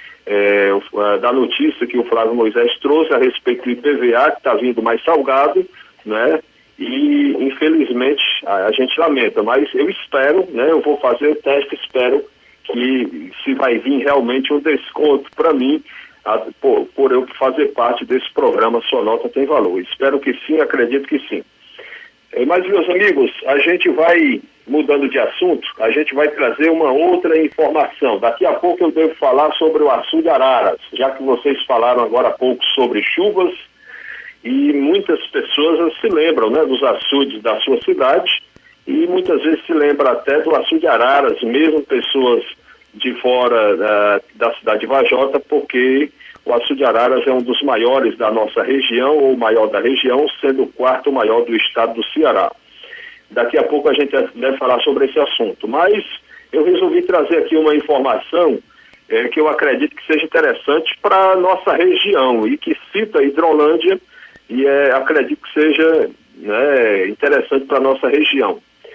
S23: da notícia que o Flávio Moisés trouxe a respeito do IPVA, que está vindo mais salgado, né? E, infelizmente, a gente lamenta, mas eu espero, né? Eu vou fazer o teste, espero que se vai vir realmente um desconto para mim, por eu fazer parte desse programa Sua Nota Tem Valor. Espero que sim, acredito que sim. Mas, meus amigos, a gente vai mudando de assunto, a gente vai trazer uma outra informação. Daqui a pouco eu devo falar sobre o açude Araras, já que vocês falaram agora há pouco sobre chuvas, e muitas pessoas se lembram, né, dos açudes da sua cidade, e muitas vezes se lembra até do açude Araras, mesmo pessoas de fora da cidade de Vajota, porque o açude Araras é um dos maiores da nossa região, ou o maior da região, sendo o quarto maior do estado do Ceará. Daqui a pouco a gente deve falar sobre esse assunto, mas eu resolvi trazer aqui uma informação que eu acredito que seja interessante para a nossa região e que cita Hidrolândia e acredito que seja, né, interessante para a nossa região.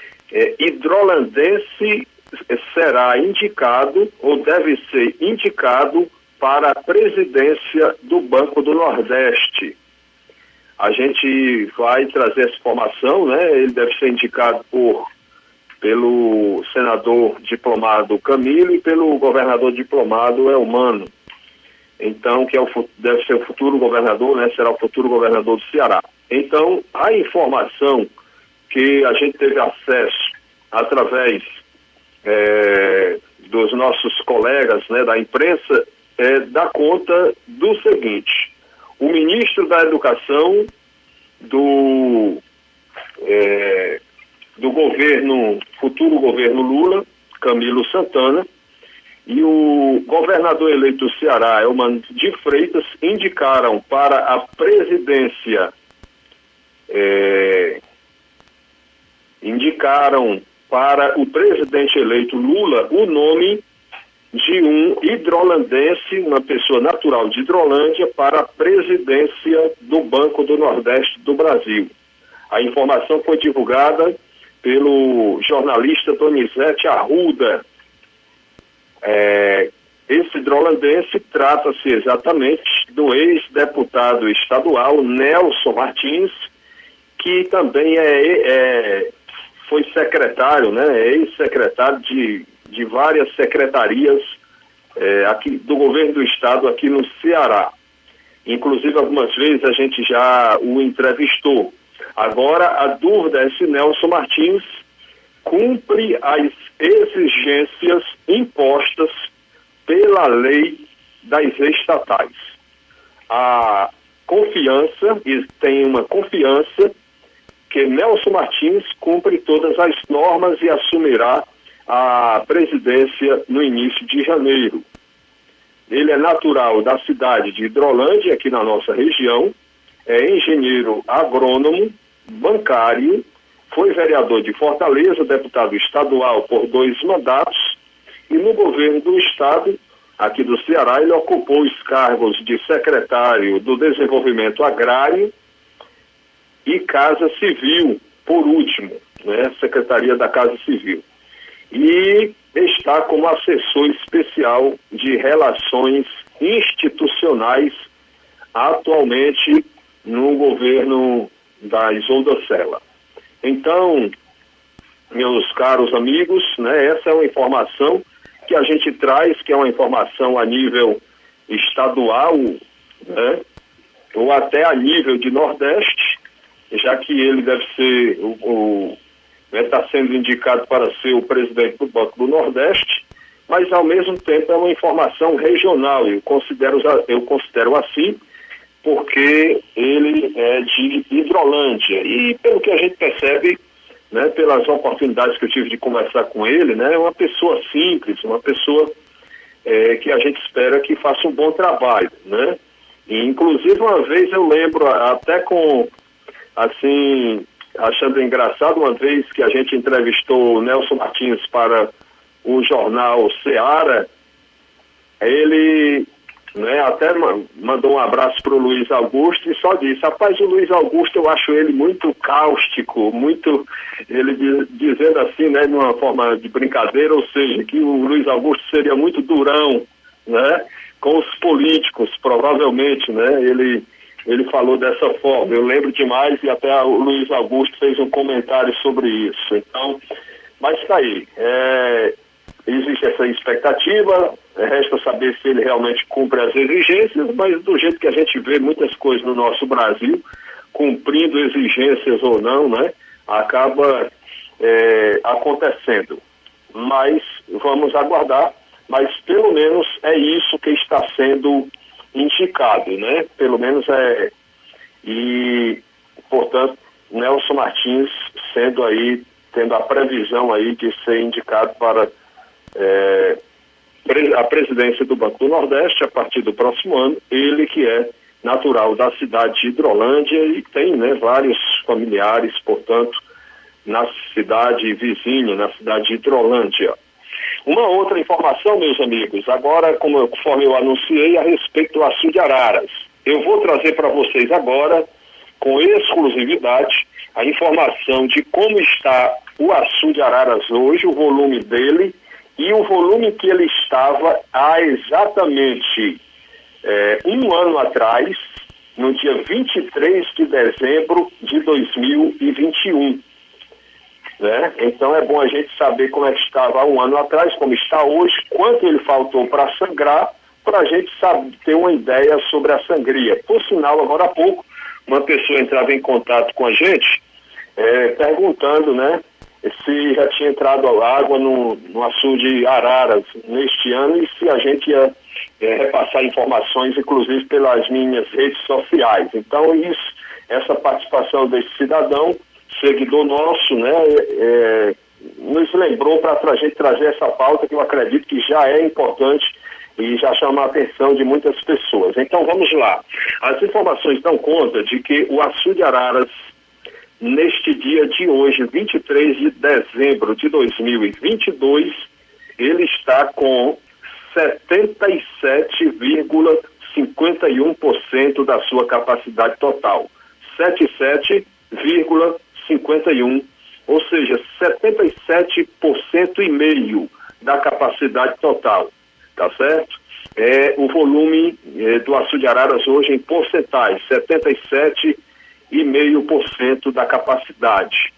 S23: Hidrolandense será indicado ou deve ser indicado para a presidência do Banco do Nordeste. A gente vai trazer essa informação, né? Ele deve ser indicado pelo senador diplomado Camilo e pelo governador diplomado Elmano. Então, que deve ser o futuro governador, né? Será o futuro governador do Ceará. Então, a informação que a gente teve acesso através dos nossos colegas, né, da imprensa, dá conta do seguinte: o ministro da Educação do futuro governo Lula, Camilo Santana, e o governador eleito do Ceará, Elmano de Freitas, indicaram para a presidência, indicaram para o presidente eleito Lula o nome de um hidrolandense, uma pessoa natural de Hidrolândia, para a presidência do Banco do Nordeste do Brasil. A informação foi divulgada pelo jornalista Donizete Arruda. Esse hidrolandense trata-se exatamente do ex-deputado estadual Nelson Martins, que também foi secretário, né, ex-secretário de várias secretarias aqui do governo do estado aqui no Ceará. Inclusive, algumas vezes a gente já o entrevistou. Agora, a dúvida é se Nelson Martins cumpre as exigências impostas pela lei das estatais. A confiança, e tem uma confiança que Nelson Martins cumpre todas as normas e assumirá a presidência no início de janeiro. Ele é natural da cidade de Hidrolândia, aqui na nossa região, é engenheiro agrônomo, bancário, foi vereador de Fortaleza, deputado estadual por 2 mandatos, e no governo do estado, aqui do Ceará, ele ocupou os cargos de secretário do Desenvolvimento Agrário e Casa Civil, por último, né, Secretaria da Casa Civil. e está como assessor especial de relações institucionais atualmente no governo da Isolda Sela. Então, meus caros amigos, né, essa é uma informação que a gente traz, que é uma informação a nível estadual, né, ou até a nível de Nordeste, já que ele deve ser está sendo indicado para ser o presidente do Banco do Nordeste, mas ao mesmo tempo é uma informação regional. Eu considero assim, porque ele é de Hidrolândia. E pelo que a gente percebe, né, pelas oportunidades que eu tive de conversar com ele, né, é uma pessoa simples, uma pessoa que a gente espera que faça um bom trabalho, né? E, inclusive, uma vez eu lembro, até com, assim, achando engraçado, uma vez que a gente entrevistou o Nelson Martins para o jornal Seara, ele, né, até mandou um abraço para o Luiz Augusto e só disse: rapaz, o Luiz Augusto eu acho ele muito cáustico, muito, ele dizendo assim, né, de uma forma de brincadeira, ou seja, que o Luiz Augusto seria muito durão, né, com os políticos, provavelmente, né, ele falou dessa forma. Eu lembro demais, e até o Luiz Augusto fez um comentário sobre isso. Então, mas está aí. Existe essa expectativa, resta saber se ele realmente cumpre as exigências, mas do jeito que a gente vê muitas coisas no nosso Brasil, cumprindo exigências ou não, né, acaba acontecendo. Mas vamos aguardar, mas pelo menos é isso que está sendo indicado, né? Pelo menos e, portanto, Nelson Martins tendo a previsão aí de ser indicado para a presidência do Banco do Nordeste a partir do próximo ano, ele que é natural da cidade de Hidrolândia e tem, né, vários familiares, portanto, na cidade vizinha, na cidade de Hidrolândia. Uma outra informação, meus amigos, agora, conforme eu anunciei, a respeito do Açude de Araras. Eu vou trazer para vocês agora, com exclusividade, a informação de como está o Açude de Araras hoje, o volume dele, e o volume que ele estava há exatamente um ano atrás, no dia 23 de dezembro de 2021. Né? Então é bom a gente saber como é que estava há um ano atrás, como está hoje, quanto ele faltou para sangrar, para a gente ter uma ideia sobre a sangria. Por sinal, agora há pouco, uma pessoa entrava em contato com a gente, perguntando, né, se já tinha entrado água no açude de Araras neste ano e se a gente ia repassar informações, inclusive pelas minhas redes sociais. Então, essa participação desse cidadão, seguidor nosso, né, nos lembrou para a gente trazer essa pauta que eu acredito que já é importante e já chama a atenção de muitas pessoas. Então vamos lá. As informações dão conta de que o açude de Araras, neste dia de hoje, 23 de dezembro de 2022, ele está com 77,51% da sua capacidade total. 77,51%, ou seja, 77,5% da capacidade total, tá certo? O volume do açude de Araras hoje em porcentagem, 77,5% da capacidade.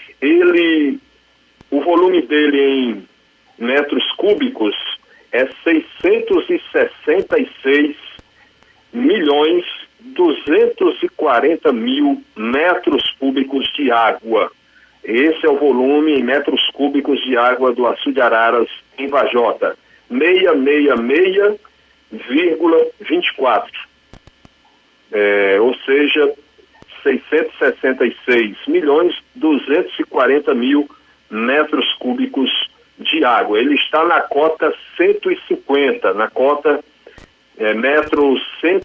S23: O volume dele em metros cúbicos é 666.240.000 metros cúbicos de água. Esse é o volume em metros cúbicos de água do açude de Araras em Vajota. 666,24. Ou seja, 666.240.000 metros cúbicos de água. Ele está na cota 150, na cota metro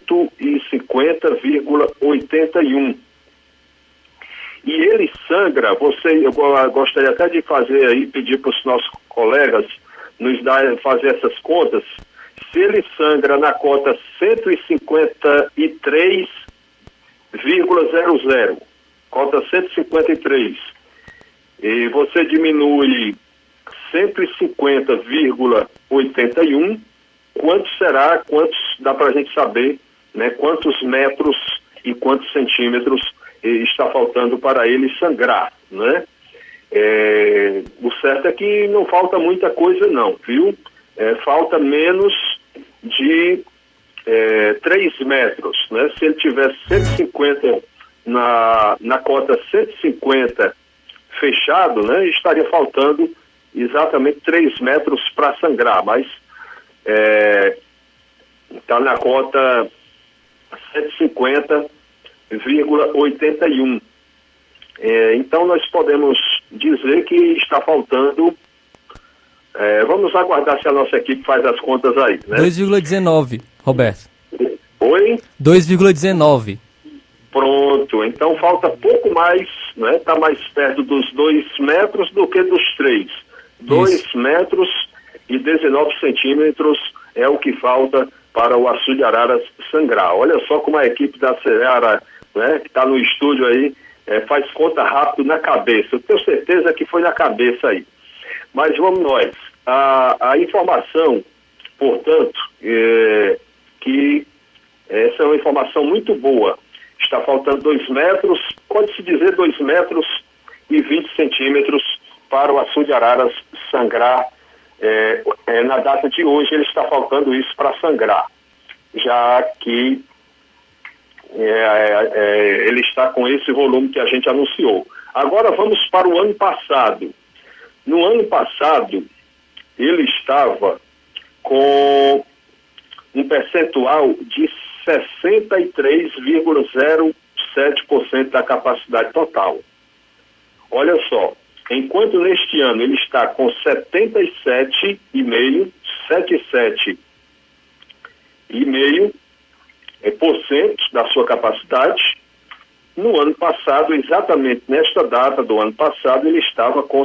S23: 150,81. E ele sangra, eu gostaria até de fazer aí, pedir para os nossos colegas fazer essas contas. Se ele sangra na cota 153,00, cota 153, e você diminui 150,81, quantos dá para a gente saber, né, quantos metros e quantos centímetros está faltando para ele sangrar, né? O certo é que não falta muita coisa não, viu? Falta menos de 3 metros, né? Se ele tivesse 150 na cota 150 fechado, né, estaria faltando exatamente 3 metros para sangrar, mas está na cota 150,81. Então nós podemos dizer que está faltando, vamos aguardar se a nossa equipe faz as contas aí, né?
S3: 2,19, Roberto.
S23: Oi?
S3: 2,19.
S23: Pronto, então falta pouco mais, né? Está mais perto dos 2 metros do que dos 3. 2 metros e 19 centímetros é o que falta para o açude Araras sangrar. Olha só como a equipe da Seara, né, que está no estúdio aí, faz conta rápido na cabeça. Eu tenho certeza que foi na cabeça aí. Mas vamos nós. A informação, portanto, que essa é uma informação muito boa. Está faltando 2 metros, pode-se dizer 2 metros e 20 centímetros para o açude Araras sangrar. Na data de hoje ele está faltando isso para sangrar, já que ele está com esse volume que a gente anunciou. Agora vamos para o ano passado. No ano passado ele estava com um percentual de 63,07% da capacidade total. Olha só, enquanto neste ano ele está com 77,5% da sua capacidade, no ano passado, exatamente nesta data do ano passado, ele estava com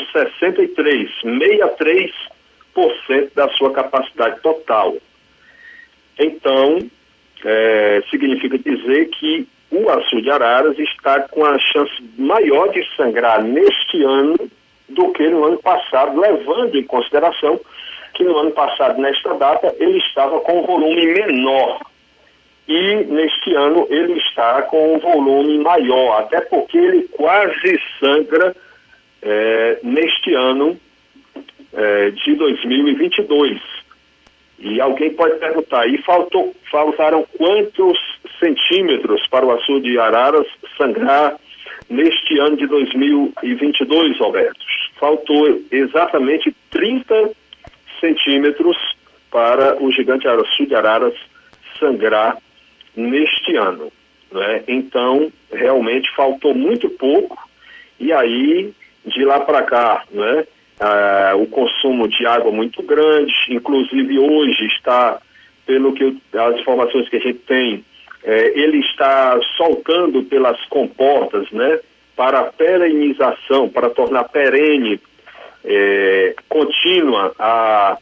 S23: 63% da sua capacidade total. Então, significa dizer que o açude Araras está com a chance maior de sangrar neste ano do que no ano passado, levando em consideração que no ano passado, nesta data, ele estava com um volume menor. E neste ano ele está com um volume maior, até porque ele quase sangra neste ano de 2022. E alguém pode perguntar, e faltaram quantos centímetros para o açude Araras sangrar neste ano de 2022, Roberto? Faltou exatamente 30 centímetros para o gigante açude Araras sangrar neste ano, né? Então, realmente faltou muito pouco, e aí, de lá para cá, né? O consumo de água muito grande, inclusive hoje está, pelo que as informações que a gente tem, ele está soltando pelas comportas, né, para a perenização, para tornar perene, contínua a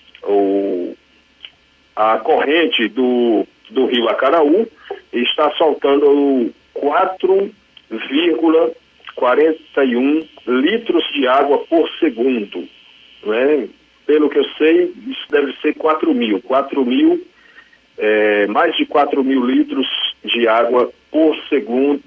S23: corrente do rio Acaraú, está soltando 4,41 litros de água por segundo, né? Pelo que eu sei, isso deve ser 4.000, mais de 4.000 litros de água por segundo,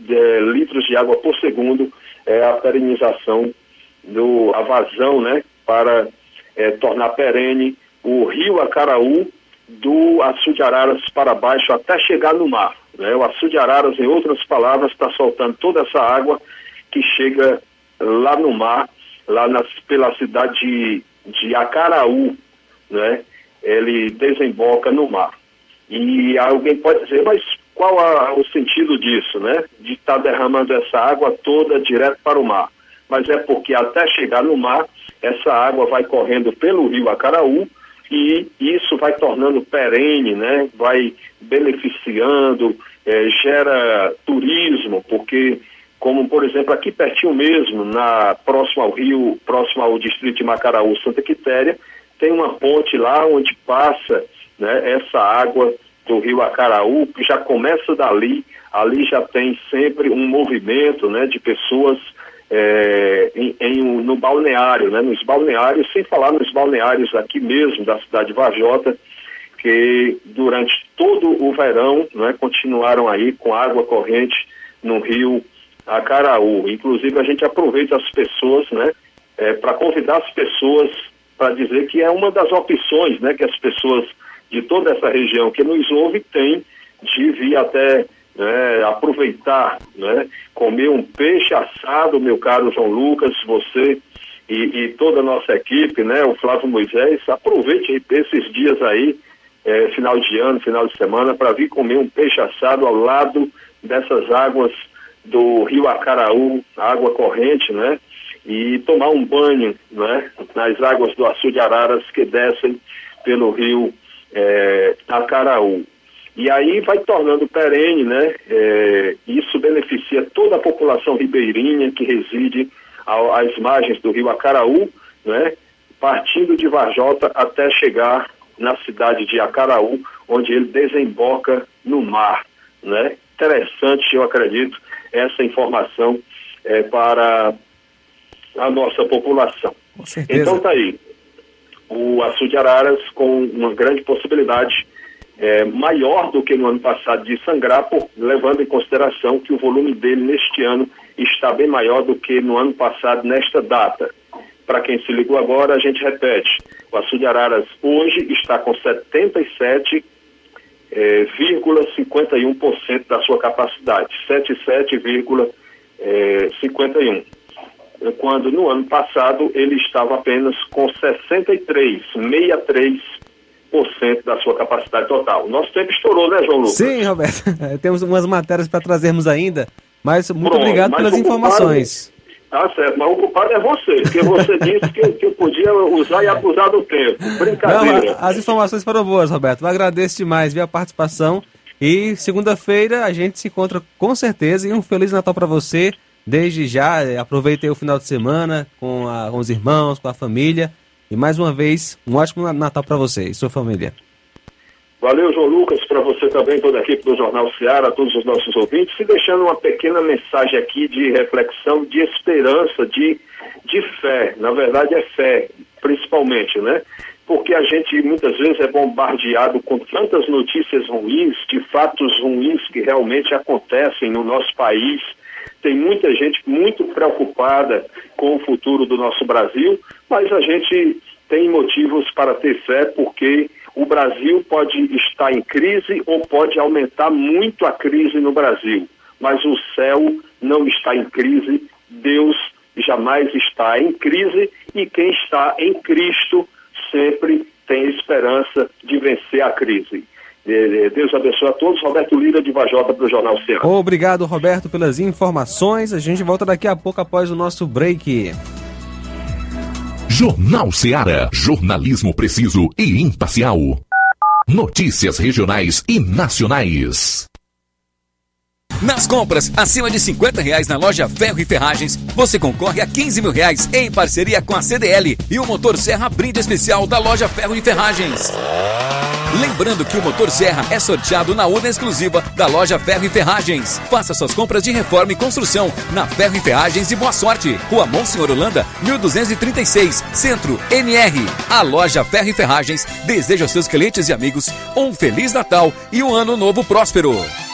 S23: é a perenização, a vazão, né? Para tornar perene o rio Acaraú do açude Araras para baixo até chegar no mar, né? O açude Araras, em outras palavras, está soltando toda essa água que chega lá no mar, pela cidade de Acaraú, né? Ele desemboca no mar. E alguém pode dizer, mas qual o sentido disso, né? De estar derramando essa água toda direto para o mar. Mas é porque até chegar no mar, essa água vai correndo pelo rio Acaraú, e isso vai tornando perene, né? Vai beneficiando, gera turismo, porque, como por exemplo aqui pertinho mesmo, próximo ao rio, próximo ao distrito de Macaraú, Santa Quitéria, tem uma ponte lá onde passa, né, essa água do rio Acaraú, que já começa dali, ali já tem sempre um movimento, né, de pessoas no balneário, né? Nos balneários, sem falar nos balneários aqui mesmo da cidade de Varjota, que durante todo o verão, né, continuaram aí com água corrente no rio Acaraú. Inclusive a gente aproveita as pessoas, né, para convidar as pessoas para dizer que é uma das opções, né, que as pessoas de toda essa região que nos ouve têm de vir até aproveitar, né, comer um peixe assado, meu caro João Lucas, você e toda a nossa equipe, né, o Flávio Moisés, aproveite esses dias aí, final de ano, final de semana, para vir comer um peixe assado ao lado dessas águas do rio Acaraú, água corrente, né, e tomar um banho, né, nas águas do Açu de Araras que descem pelo rio Acaraú. E aí vai tornando perene, né, isso beneficia toda a população ribeirinha que reside às margens do rio Acaraú, né, partindo de Varjota até chegar na cidade de Acaraú, onde ele desemboca no mar, né. Interessante, eu acredito, essa informação para a nossa população.
S2: Com certeza.
S23: Então tá aí, o Açu de Araras com uma grande possibilidade maior do que no ano passado de sangrar, levando em consideração que o volume dele neste ano está bem maior do que no ano passado nesta data. Para quem se ligou agora, a gente repete, o Açu de Araras hoje está com 77,51% da sua capacidade, 77,51%. Quando no ano passado ele estava apenas com 63% da sua capacidade total. Nosso tempo estourou, né, João Lucas?
S2: Sim, Roberto. Temos umas matérias para trazermos ainda, mas muito obrigado pelas informações.
S23: Tá certo, mas o culpado é você, porque você disse que eu podia usar e abusar do tempo. Brincadeira.
S2: Não, as informações foram boas, Roberto. Eu agradeço demais a participação e segunda-feira a gente se encontra com certeza e um Feliz Natal para você. Desde já, aproveitei o final de semana com os irmãos, com a família. E mais uma vez, um ótimo Natal para você e sua família.
S23: Valeu, João Lucas, para você também, toda a equipe do Jornal Ceará, todos os nossos ouvintes, e deixando uma pequena mensagem aqui de reflexão, de esperança, de fé. Na verdade é fé, principalmente, né? Porque a gente muitas vezes é bombardeado com tantas notícias ruins, de fatos ruins que realmente acontecem no nosso país. Tem muita gente muito preocupada com o futuro do nosso Brasil, mas a gente tem motivos para ter fé, porque o Brasil pode estar em crise ou pode aumentar muito a crise no Brasil. Mas o céu não está em crise, Deus jamais está em crise e quem está em Cristo sempre tem esperança de vencer a crise. Deus abençoe a todos. Roberto Lira de Varjota para o Jornal Ceará.
S2: Obrigado, Roberto, pelas informações. A gente volta daqui a pouco após o nosso break.
S18: Jornal Ceará. Jornalismo preciso e imparcial. Notícias regionais e nacionais.
S8: Nas compras acima de R$50 na loja Ferro e Ferragens, você concorre a R$15 mil em parceria com a CDL e o motor Serra Brinde Especial da loja Ferro e Ferragens. Lembrando que o motor Serra é sorteado na urna exclusiva da loja Ferro e Ferragens. Faça suas compras de reforma e construção na Ferro e Ferragens e boa sorte. Rua Monsenhor Holanda, 1236, Centro, NR. A loja Ferro e Ferragens deseja aos seus clientes e amigos um Feliz Natal e um Ano Novo próspero.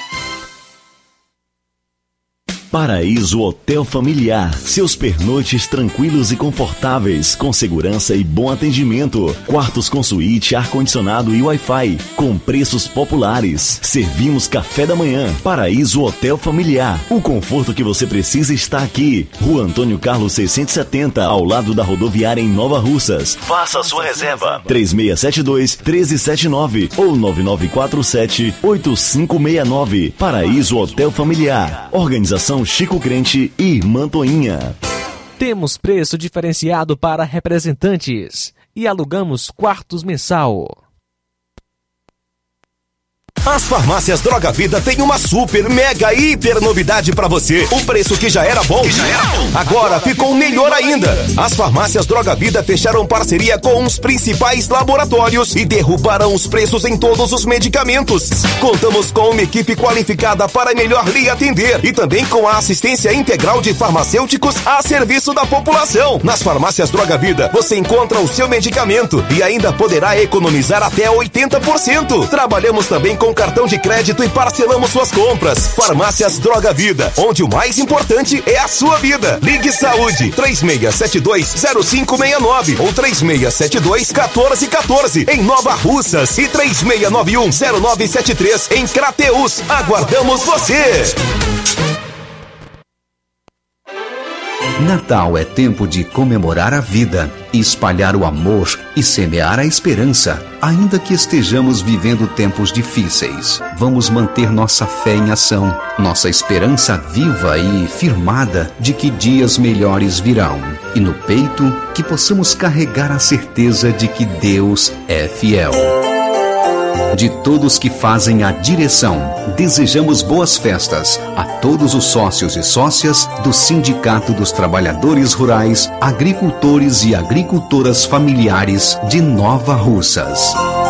S1: Paraíso Hotel Familiar. Seus pernoites tranquilos e confortáveis, com segurança e bom atendimento. Quartos com suíte, ar-condicionado e Wi-Fi, com preços populares. Servimos café da manhã. Paraíso Hotel Familiar. O conforto que você precisa está aqui. Rua Antônio Carlos 670, ao lado da rodoviária em Nova Russas. Faça a sua reserva. 3672-1379 ou 9947-8569. Paraíso Hotel Familiar. Organização Chico Crente e Mantoinha.
S2: Temos preço diferenciado para representantes e alugamos quartos mensal.
S6: As farmácias Droga Vida têm uma super, mega, hiper novidade pra você. O preço que já era bom, agora ficou melhor ainda. As farmácias Droga Vida fecharam parceria com os principais laboratórios e derrubaram os preços em todos os medicamentos. Contamos com uma equipe qualificada para melhor lhe atender e também com a assistência integral de farmacêuticos a serviço da população. Nas farmácias Droga Vida, você encontra o seu medicamento e ainda poderá economizar até 80%. Trabalhamos também com cartão de crédito e parcelamos suas compras. Farmácias Droga Vida, onde o mais importante é a sua vida. Ligue Saúde 3672-0569 ou 3672-1414 em Nova Russas e 3691-0973 em Crateús. Aguardamos você!
S12: Natal é tempo de comemorar a vida, espalhar o amor e semear a esperança. Ainda que estejamos vivendo tempos difíceis, vamos manter nossa fé em ação, nossa esperança viva e firmada de que dias melhores virão. E no peito, que possamos carregar a certeza de que Deus é fiel. De todos que fazem a direção, desejamos boas festas a todos os sócios e sócias do Sindicato dos Trabalhadores Rurais, Agricultores e Agricultoras Familiares de Nova Russas.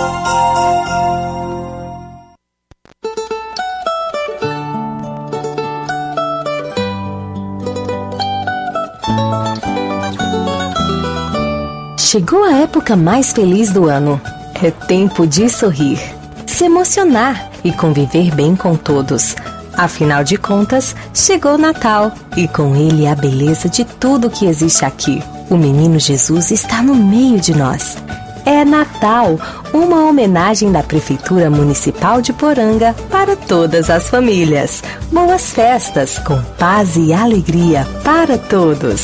S13: Chegou a época mais feliz do ano. É tempo de sorrir, se emocionar e conviver bem com todos. Afinal de contas, chegou o Natal e com ele a beleza de tudo que existe aqui. O menino Jesus está no meio de nós. É Natal, uma homenagem da Prefeitura Municipal de Poranga para todas as famílias. Boas festas, com paz e alegria para todos.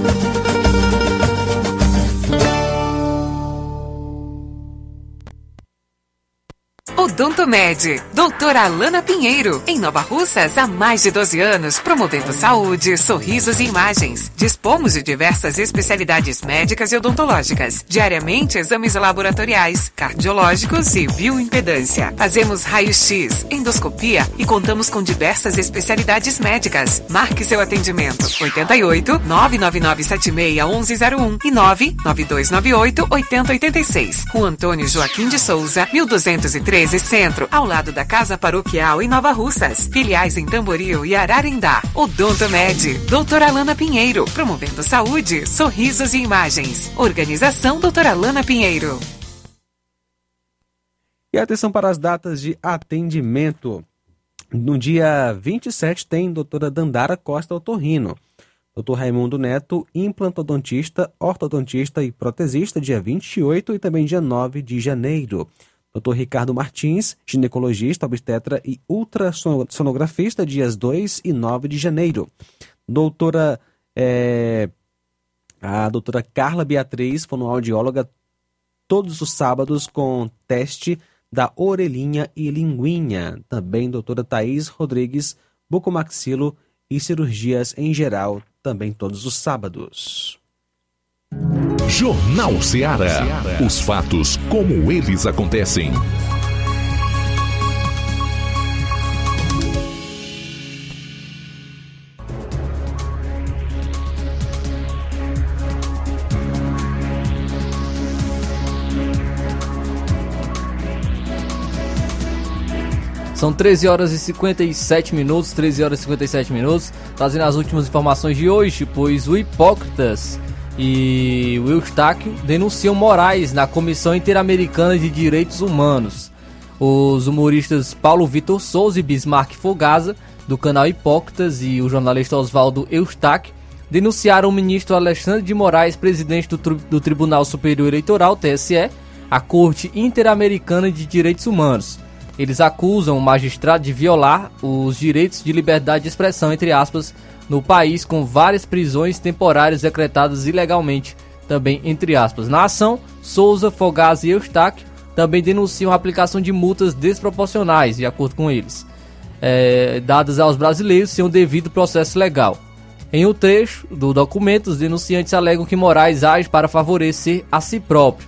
S14: Odontomed, doutora Alana Pinheiro, em Nova Russas há mais de 12 anos, promovendo saúde, sorrisos e imagens. Dispomos de diversas especialidades médicas e odontológicas. Diariamente, exames laboratoriais, cardiológicos e bioimpedância. Fazemos raio-x, endoscopia e contamos com diversas especialidades médicas. Marque seu atendimento. 88 999 76 1101 e 99298 8086. Rua Antônio Joaquim de Souza, 1213 Centro, ao lado da Casa Paroquial em Nova Russas. Filiais em Tamboril e Ararendá. Odontomed, doutora Alana Pinheiro, promovendo saúde, sorrisos e imagens. Organização doutora Alana Pinheiro.
S2: E atenção para as datas de atendimento. No dia 27 tem doutora Dandara Costa Otorrino. Doutor Raimundo Neto, implantodontista, ortodontista e protesista, dia 28 e também dia 9 de janeiro. Dr. Ricardo Martins, ginecologista, obstetra e ultrassonografista, dias 2 e 9 de janeiro. A doutora Carla Beatriz, fonoaudióloga, todos os sábados com teste da orelhinha e linguinha. Também doutora Thaís Rodrigues, bucomaxilo e cirurgias em geral, também todos os sábados.
S18: Jornal Ceará. Os fatos como eles acontecem.
S3: São 13 horas e 57 minutos, 13 horas e 57 minutos, trazendo as últimas informações de hoje, pois o Hipócritas e o Eustáquio denunciam Moraes na Comissão Interamericana de Direitos Humanos. Os humoristas Paulo Vitor Souza e Bismarck Fogaça, do canal Hipócritas, e o jornalista Oswaldo Eustáquio denunciaram o ministro Alexandre de Moraes, presidente do Tribunal Superior Eleitoral, TSE, a Corte Interamericana de Direitos Humanos. Eles acusam o magistrado de violar os direitos de liberdade de expressão, entre aspas, no país, com várias prisões temporárias decretadas ilegalmente, também entre aspas. Na ação, Souza, Fogaça e Eustáquio também denunciam a aplicação de multas desproporcionais, de acordo com eles, dadas aos brasileiros sem o devido processo legal. Em um trecho do documento, os denunciantes alegam que Moraes age para favorecer a si próprio.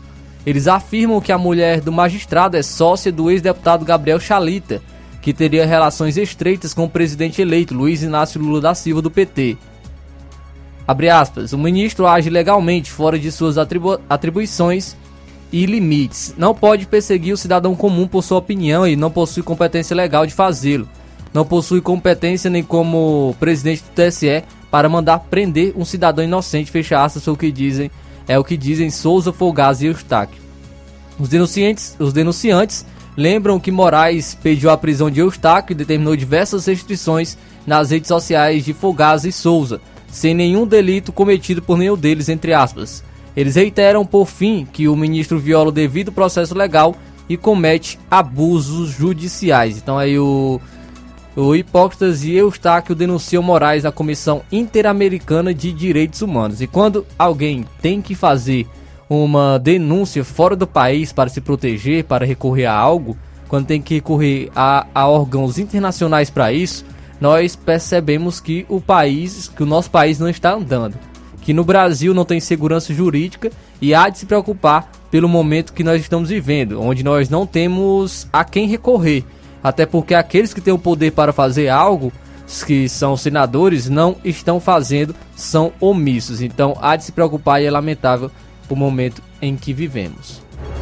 S3: Eles afirmam que a mulher do magistrado é sócia do ex-deputado Gabriel Chalita, que teria relações estreitas com o presidente eleito Luiz Inácio Lula da Silva do PT. Abre aspas, o ministro age legalmente fora de suas atribuições e limites. Não pode perseguir o cidadão comum por sua opinião e não possui competência legal de fazê-lo. Não possui competência nem como presidente do TSE para mandar prender um cidadão inocente, fecha aspas, é o que dizem Souza, Fogás e Eustáquio. Os denunciantes lembram que Moraes pediu a prisão de Eustáquio e determinou diversas restrições nas redes sociais de Fogás e Souza, sem nenhum delito cometido por nenhum deles, entre aspas. Eles reiteram, por fim, que o ministro viola o devido processo legal e comete abusos judiciais. Então aí o Hipócritas e Eustáquio denunciam Moraes na Comissão Interamericana de Direitos Humanos. E quando alguém tem que fazer uma denúncia fora do país para se proteger, para recorrer a algo, quando tem que recorrer a órgãos internacionais para isso, nós percebemos que o nosso país não está andando, que no Brasil não tem segurança jurídica e há de se preocupar pelo momento que nós estamos vivendo, onde nós não temos a quem recorrer, até porque aqueles que têm o poder para fazer algo, que são senadores, não estão fazendo, são omissos. Então há de se preocupar e é lamentável o momento em que vivemos.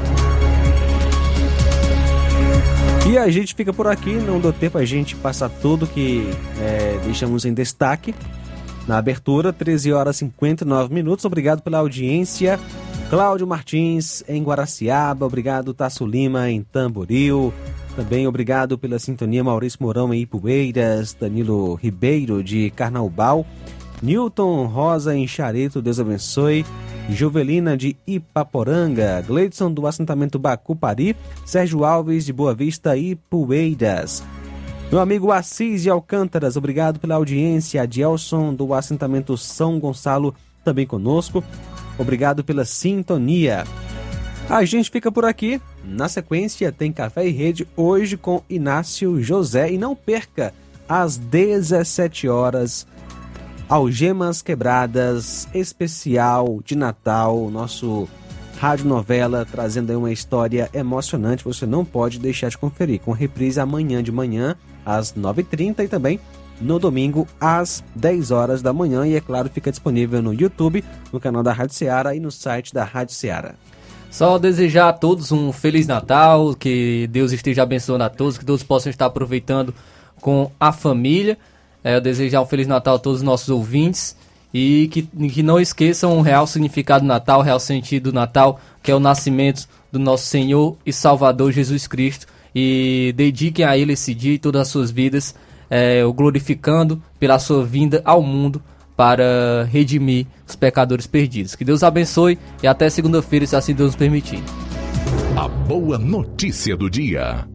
S2: E a gente fica por aqui, não deu tempo a gente passar tudo que deixamos em destaque na abertura, 13 horas e 59 minutos. Obrigado pela audiência. Cláudio Martins em Guaraciaba, obrigado Tasso Lima em Tamboril, também obrigado pela sintonia Maurício Mourão em Ipueiras, Danilo Ribeiro de Carnaubal, Newton Rosa em Chareto, Deus abençoe, Jovelina de Ipaporanga, Gleidson do assentamento Bacupari, Sérgio Alves de Boa Vista e Poeiras. Meu amigo Assis de Alcântaras, obrigado pela audiência. Adielson do assentamento São Gonçalo também conosco, obrigado pela sintonia. A gente fica por aqui, na sequência tem Café e Rede hoje com Inácio José e não perca às 17 horas Algemas Quebradas, especial de Natal, nosso radionovela trazendo aí uma história emocionante, você não pode deixar de conferir, com reprise amanhã de manhã às 9h30 e também no domingo às 10 horas da manhã e é claro, fica disponível no YouTube, no canal da Rádio Ceará e no site da Rádio Ceará.
S3: Só desejar a todos um Feliz Natal, que Deus esteja abençoando a todos, que todos possam estar aproveitando com a família. Eu desejar um Feliz Natal a todos os nossos ouvintes e que não esqueçam o real significado do Natal, o real sentido do Natal, que é o nascimento do nosso Senhor e Salvador Jesus Cristo, e dediquem a Ele esse dia e todas as suas vidas, o glorificando pela sua vinda ao mundo para redimir os pecadores perdidos. Que Deus abençoe e até segunda-feira, se assim Deus nos permitir.
S18: A boa notícia do dia.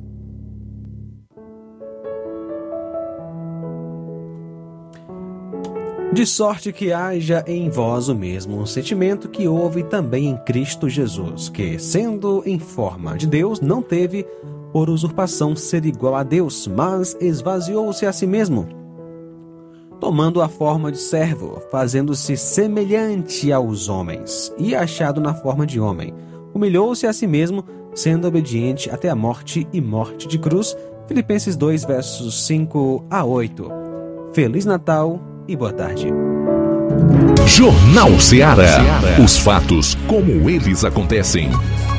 S2: De sorte que haja em vós o mesmo sentimento que houve também em Cristo Jesus, que, sendo em forma de Deus, não teve por usurpação ser igual a Deus, mas esvaziou-se a si mesmo, tomando a forma de servo, fazendo-se semelhante aos homens, e achado na forma de homem. Humilhou-se a si mesmo, sendo obediente até a morte e morte de cruz. Filipenses 2, versos 5 a 8. Feliz Natal e boa tarde.
S18: Jornal Ceará. Os fatos como eles acontecem.